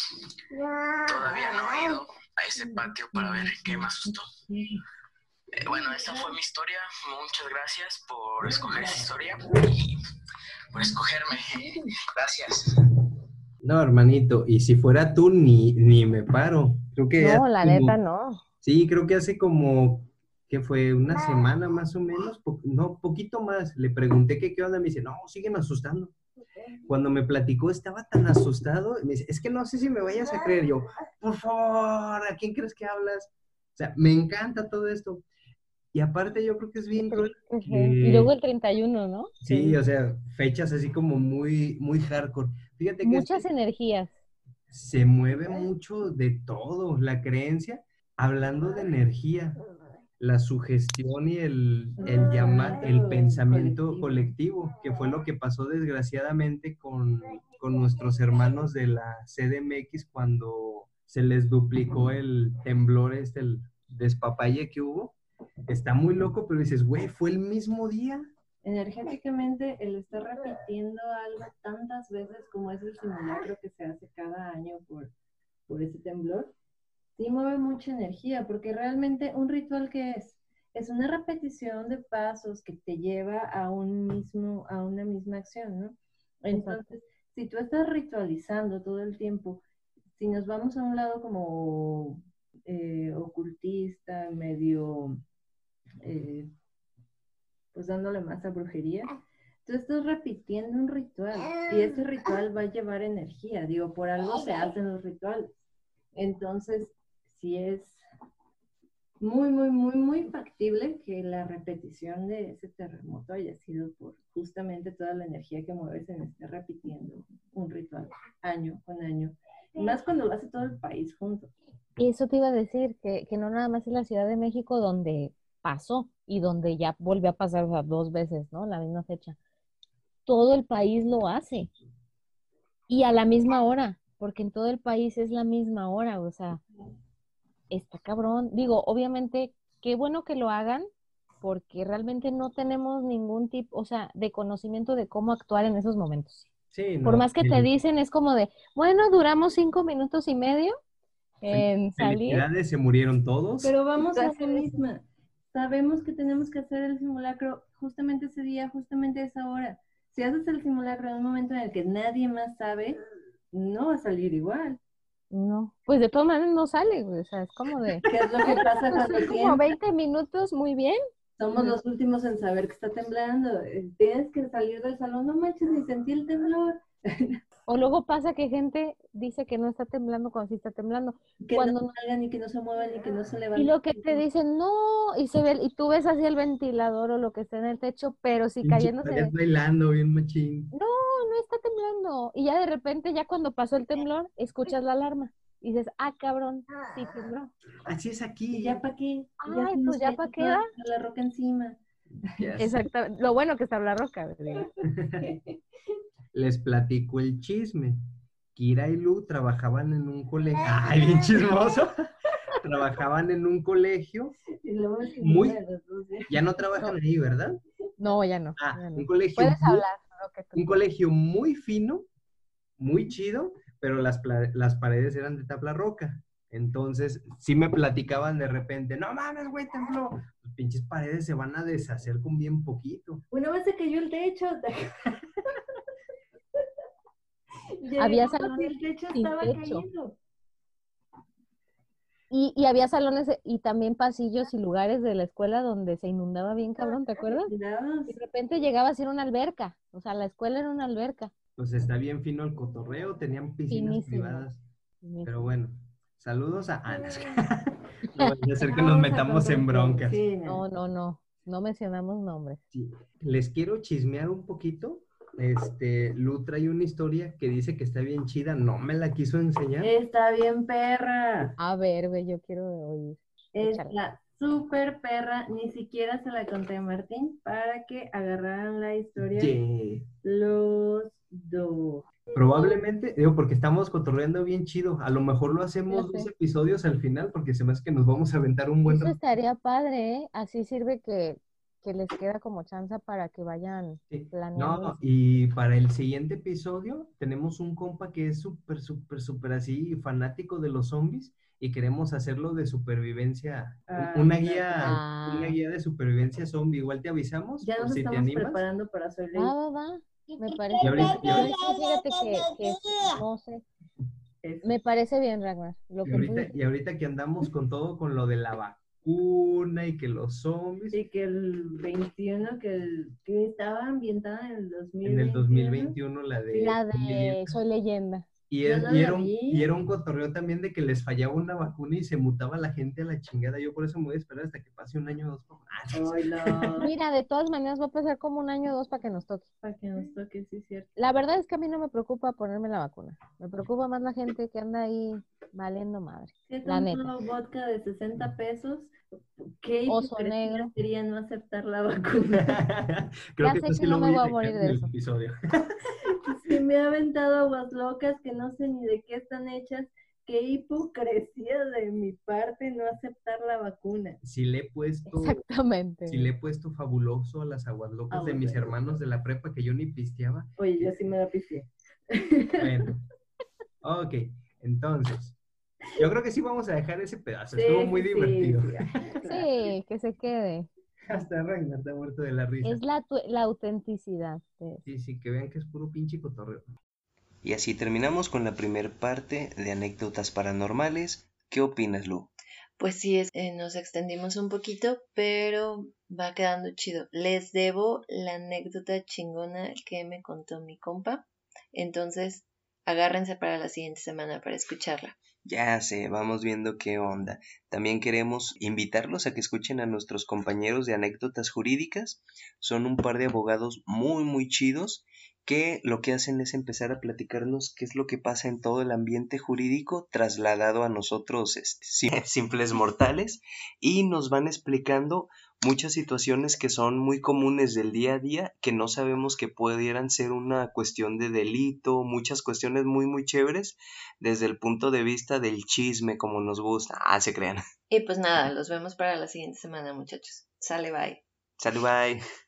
todavía no he ido a ese patio para ver qué me asustó. Eh, bueno, esa fue mi historia. Muchas gracias por escoger esa historia y por escogerme. Gracias. No, hermanito, y si fuera tú, ni, ni me paro. Creo que No, hace la como- neta no. Sí, creo que hace como, que fue una semana más o menos, po- no, poquito más. Le pregunté que qué onda, me dice, no, siguen asustando. Cuando me platicó, estaba tan asustado, me dice, es que no sé si me vayas a creer. Yo, por favor, ¿a quién crees que hablas? O sea, me encanta todo esto. Y aparte yo creo que es bien cruel Ujú. que... Y luego el treinta y uno, ¿no? Sí, o sea, fechas así como muy, muy hardcore. Fíjate que Muchas este energías. se mueve mucho de todo, la creencia, hablando de energía, la sugestión y el, el llamar, el pensamiento colectivo, que fue lo que pasó desgraciadamente con, con nuestros hermanos de la C D M X cuando se les duplicó el temblor, este, el despapalle que hubo. Está muy loco, pero dices, güey, fue el mismo día. Energéticamente, el estar repitiendo algo tantas veces como es el simulacro que se hace cada año por, por ese temblor, sí mueve mucha energía, porque realmente un ritual, ¿qué es? Es una repetición de pasos que te lleva a un mismo, a una misma acción, ¿no? Entonces, si tú estás ritualizando todo el tiempo, si nos vamos a un lado como eh, ocultista, medio... Eh, pues dándole más a brujería, tú estás repitiendo un ritual y ese ritual va a llevar energía, digo, por algo se hacen los rituales. Entonces, sí es muy, muy, muy, muy factible que la repetición de ese terremoto haya sido por justamente toda la energía que mueves en estar repitiendo un ritual año con año. Y más cuando lo hace todo el país junto. Y eso te iba a decir, que, que no nada más en la Ciudad de México donde pasó y donde ya volvió a pasar, o sea, dos veces, ¿no? La misma fecha. Todo el país lo hace. Y a la misma hora, porque en todo el país es la misma hora, o sea, está cabrón. Digo, obviamente, qué bueno que lo hagan, porque realmente no tenemos ningún tipo, o sea, de conocimiento de cómo actuar en esos momentos. Sí, Por no. más que te el- dicen, es como de, bueno, duramos cinco minutos y medio en salir. Felicidades, se murieron todos. Pero vamos Tú a así la de- misma. Sabemos que tenemos que hacer el simulacro justamente ese día, justamente a esa hora. Si haces el simulacro en un momento en el que nadie más sabe, no va a salir igual. No, pues de todas maneras no sale, güey, o sea, es como de, ¿Qué es lo que pasa pues cuando sí, como tiembla? veinte minutos, muy bien. Somos los últimos en saber que está temblando. Eh, Tienes que salir del salón, no manches, ni sentí el temblor. O luego pasa que gente dice que no está temblando cuando sí está temblando. Que Cuando no no- salgan y que no se muevan y que no se y levanten. lo que te dicen, no, y se ve, y tú ves así el ventilador o lo que está en el techo, pero sí Pinches cayéndose. paredes bailando bien machín. No, no está temblando. Y ya de repente, ya cuando pasó el temblor, escuchas la alarma. Y dices, ah, cabrón, sí tembló. Así es ¿Y aquí. ya para qué? Ay, se nos pues ya viene pa' qué toda da. la roca encima. Ya sé. Exactamente. Lo bueno que está la roca, ¿verdad? Les platico el chisme. Kira y Lu trabajaban en un colegio. ¡Ay, bien chismoso! Trabajaban en un colegio. Y luego es que Muy- ninguna de las dos, ¿eh? Ya no trabajan No. ahí, ¿verdad? No, ya no. Ah, ya no. un colegio Puedes muy- hablar, lo que tú un colegio muy fino, muy chido, pero las, pla- las paredes eran de tabla roca. Entonces, sí me platicaban de repente, no mames, güey, tembló. Las pinches paredes se van a deshacer con bien poquito. Una vez se cayó el techo. Había Llegamos y salones el techo sin estaba techo. cayendo. Y, y había salones de- y también pasillos y lugares de la escuela donde se inundaba bien cabrón, ¿te acuerdas? Cuidados. Y de repente llegaba a ser una alberca. O sea, la escuela era una alberca. Pues está bien fino el cotorreo, tenían piscinas Finísimo. privadas. Finísimo. Pero bueno, saludos a Ana. No vaya a ser que nos Vamos a metamos en contar broncas. todo. Sí, no. No, no, no. No mencionamos nombres. Sí. Les quiero chismear un poquito. Este, Lu trae una historia que dice que está bien chida, no me la quiso enseñar. Está bien perra. A ver, güey, yo quiero oír. Échale. Está súper perra. Ni siquiera se la conté a Martín para que agarraran la historia Yeah. los dos. Probablemente, digo, porque estamos cotorreando bien chido. A lo mejor lo hacemos Ya dos sé. episodios al final, porque se me hace que nos vamos a aventar un buen Eso rato. estaría padre, ¿eh? Así sirve que, que les queda como chance para que vayan Sí. planeando. No, y para el siguiente episodio tenemos un compa que es súper, súper, súper así fanático de los zombies y queremos hacerlo de supervivencia, un- Ah, una claro. guía, Ah. una guía de supervivencia zombie. Igual te avisamos Ya por nos si te estamos animas. preparando para Soy Ley. Va, va, va. Me parece Y ahorita- bien. y ahorita- Sí, fíjate que, que no sé. Es- Me parece bien, Ragnar. Lo Y que tú ahorita, dices. y ahorita que andamos con todo, con lo de la vacuna y que los zombies, Y que el veintiuno, que, el, que estaba ambientada en el dos mil en el veintiuno. dos mil veintiuno la de... La Zombie de Libre. Soy Leyenda. Y, Yo es- no y la era un, vi. y era un cotorreo también de que les fallaba una vacuna y se mutaba la gente a la chingada. Yo por eso me voy a esperar hasta que pase un año o dos. Ah, no sé. Ay, no. Mira, de todas maneras va a pasar como un año o dos para que nos toque. Para que nos toque, sí, es cierto. La verdad es que a mí no me preocupa ponerme la vacuna. Me preocupa más la gente que anda ahí valiendo madre. ¿Qué La tomó neta. vodka de sesenta pesos? ¿Qué Oso hipocresía negro. sería no aceptar la vacuna? Creo Ya que sé eso que sí no lo me voy voy a a morir dejar de en el eso. episodio. Se me ha aventado aguas locas que no sé ni de qué están hechas. Qué hipocresía de mi parte no aceptar la vacuna. Si le he puesto, Exactamente. si le he puesto fabuloso a las aguas locas de Aguas mis locas. hermanos de la prepa que yo ni pisteaba. Oye, yo sí me la pifié. Bueno, ok, entonces, yo creo que sí vamos a dejar ese pedazo. Sí, Estuvo muy sí, divertido. sí, sí. Sí, que se quede. Hasta Ragnar está muerto de la risa. Es la, tu- la autenticidad. de- Sí, sí, que vean que es puro pinche cotorreo. Y así terminamos con la primer parte de anécdotas paranormales. ¿Qué opinas, Lu? Pues sí, es, eh, nos extendimos un poquito, pero va quedando chido. Les debo la anécdota chingona que me contó mi compa. Entonces, agárrense para la siguiente semana para escucharla. Ya sé, vamos viendo qué onda. También queremos invitarlos a que escuchen a nuestros compañeros de anécdotas jurídicas. Son un par de abogados muy, muy chidos que lo que hacen es empezar a platicarnos qué es lo que pasa en todo el ambiente jurídico trasladado a nosotros este, simples mortales, y nos van explicando muchas situaciones que son muy comunes del día a día, que no sabemos que pudieran ser una cuestión de delito, muchas cuestiones muy muy chéveres desde el punto de vista del chisme como nos gusta. Ah, se crean. Y pues nada, los vemos para la siguiente semana, muchachos. Sale, bye. Salud, bye.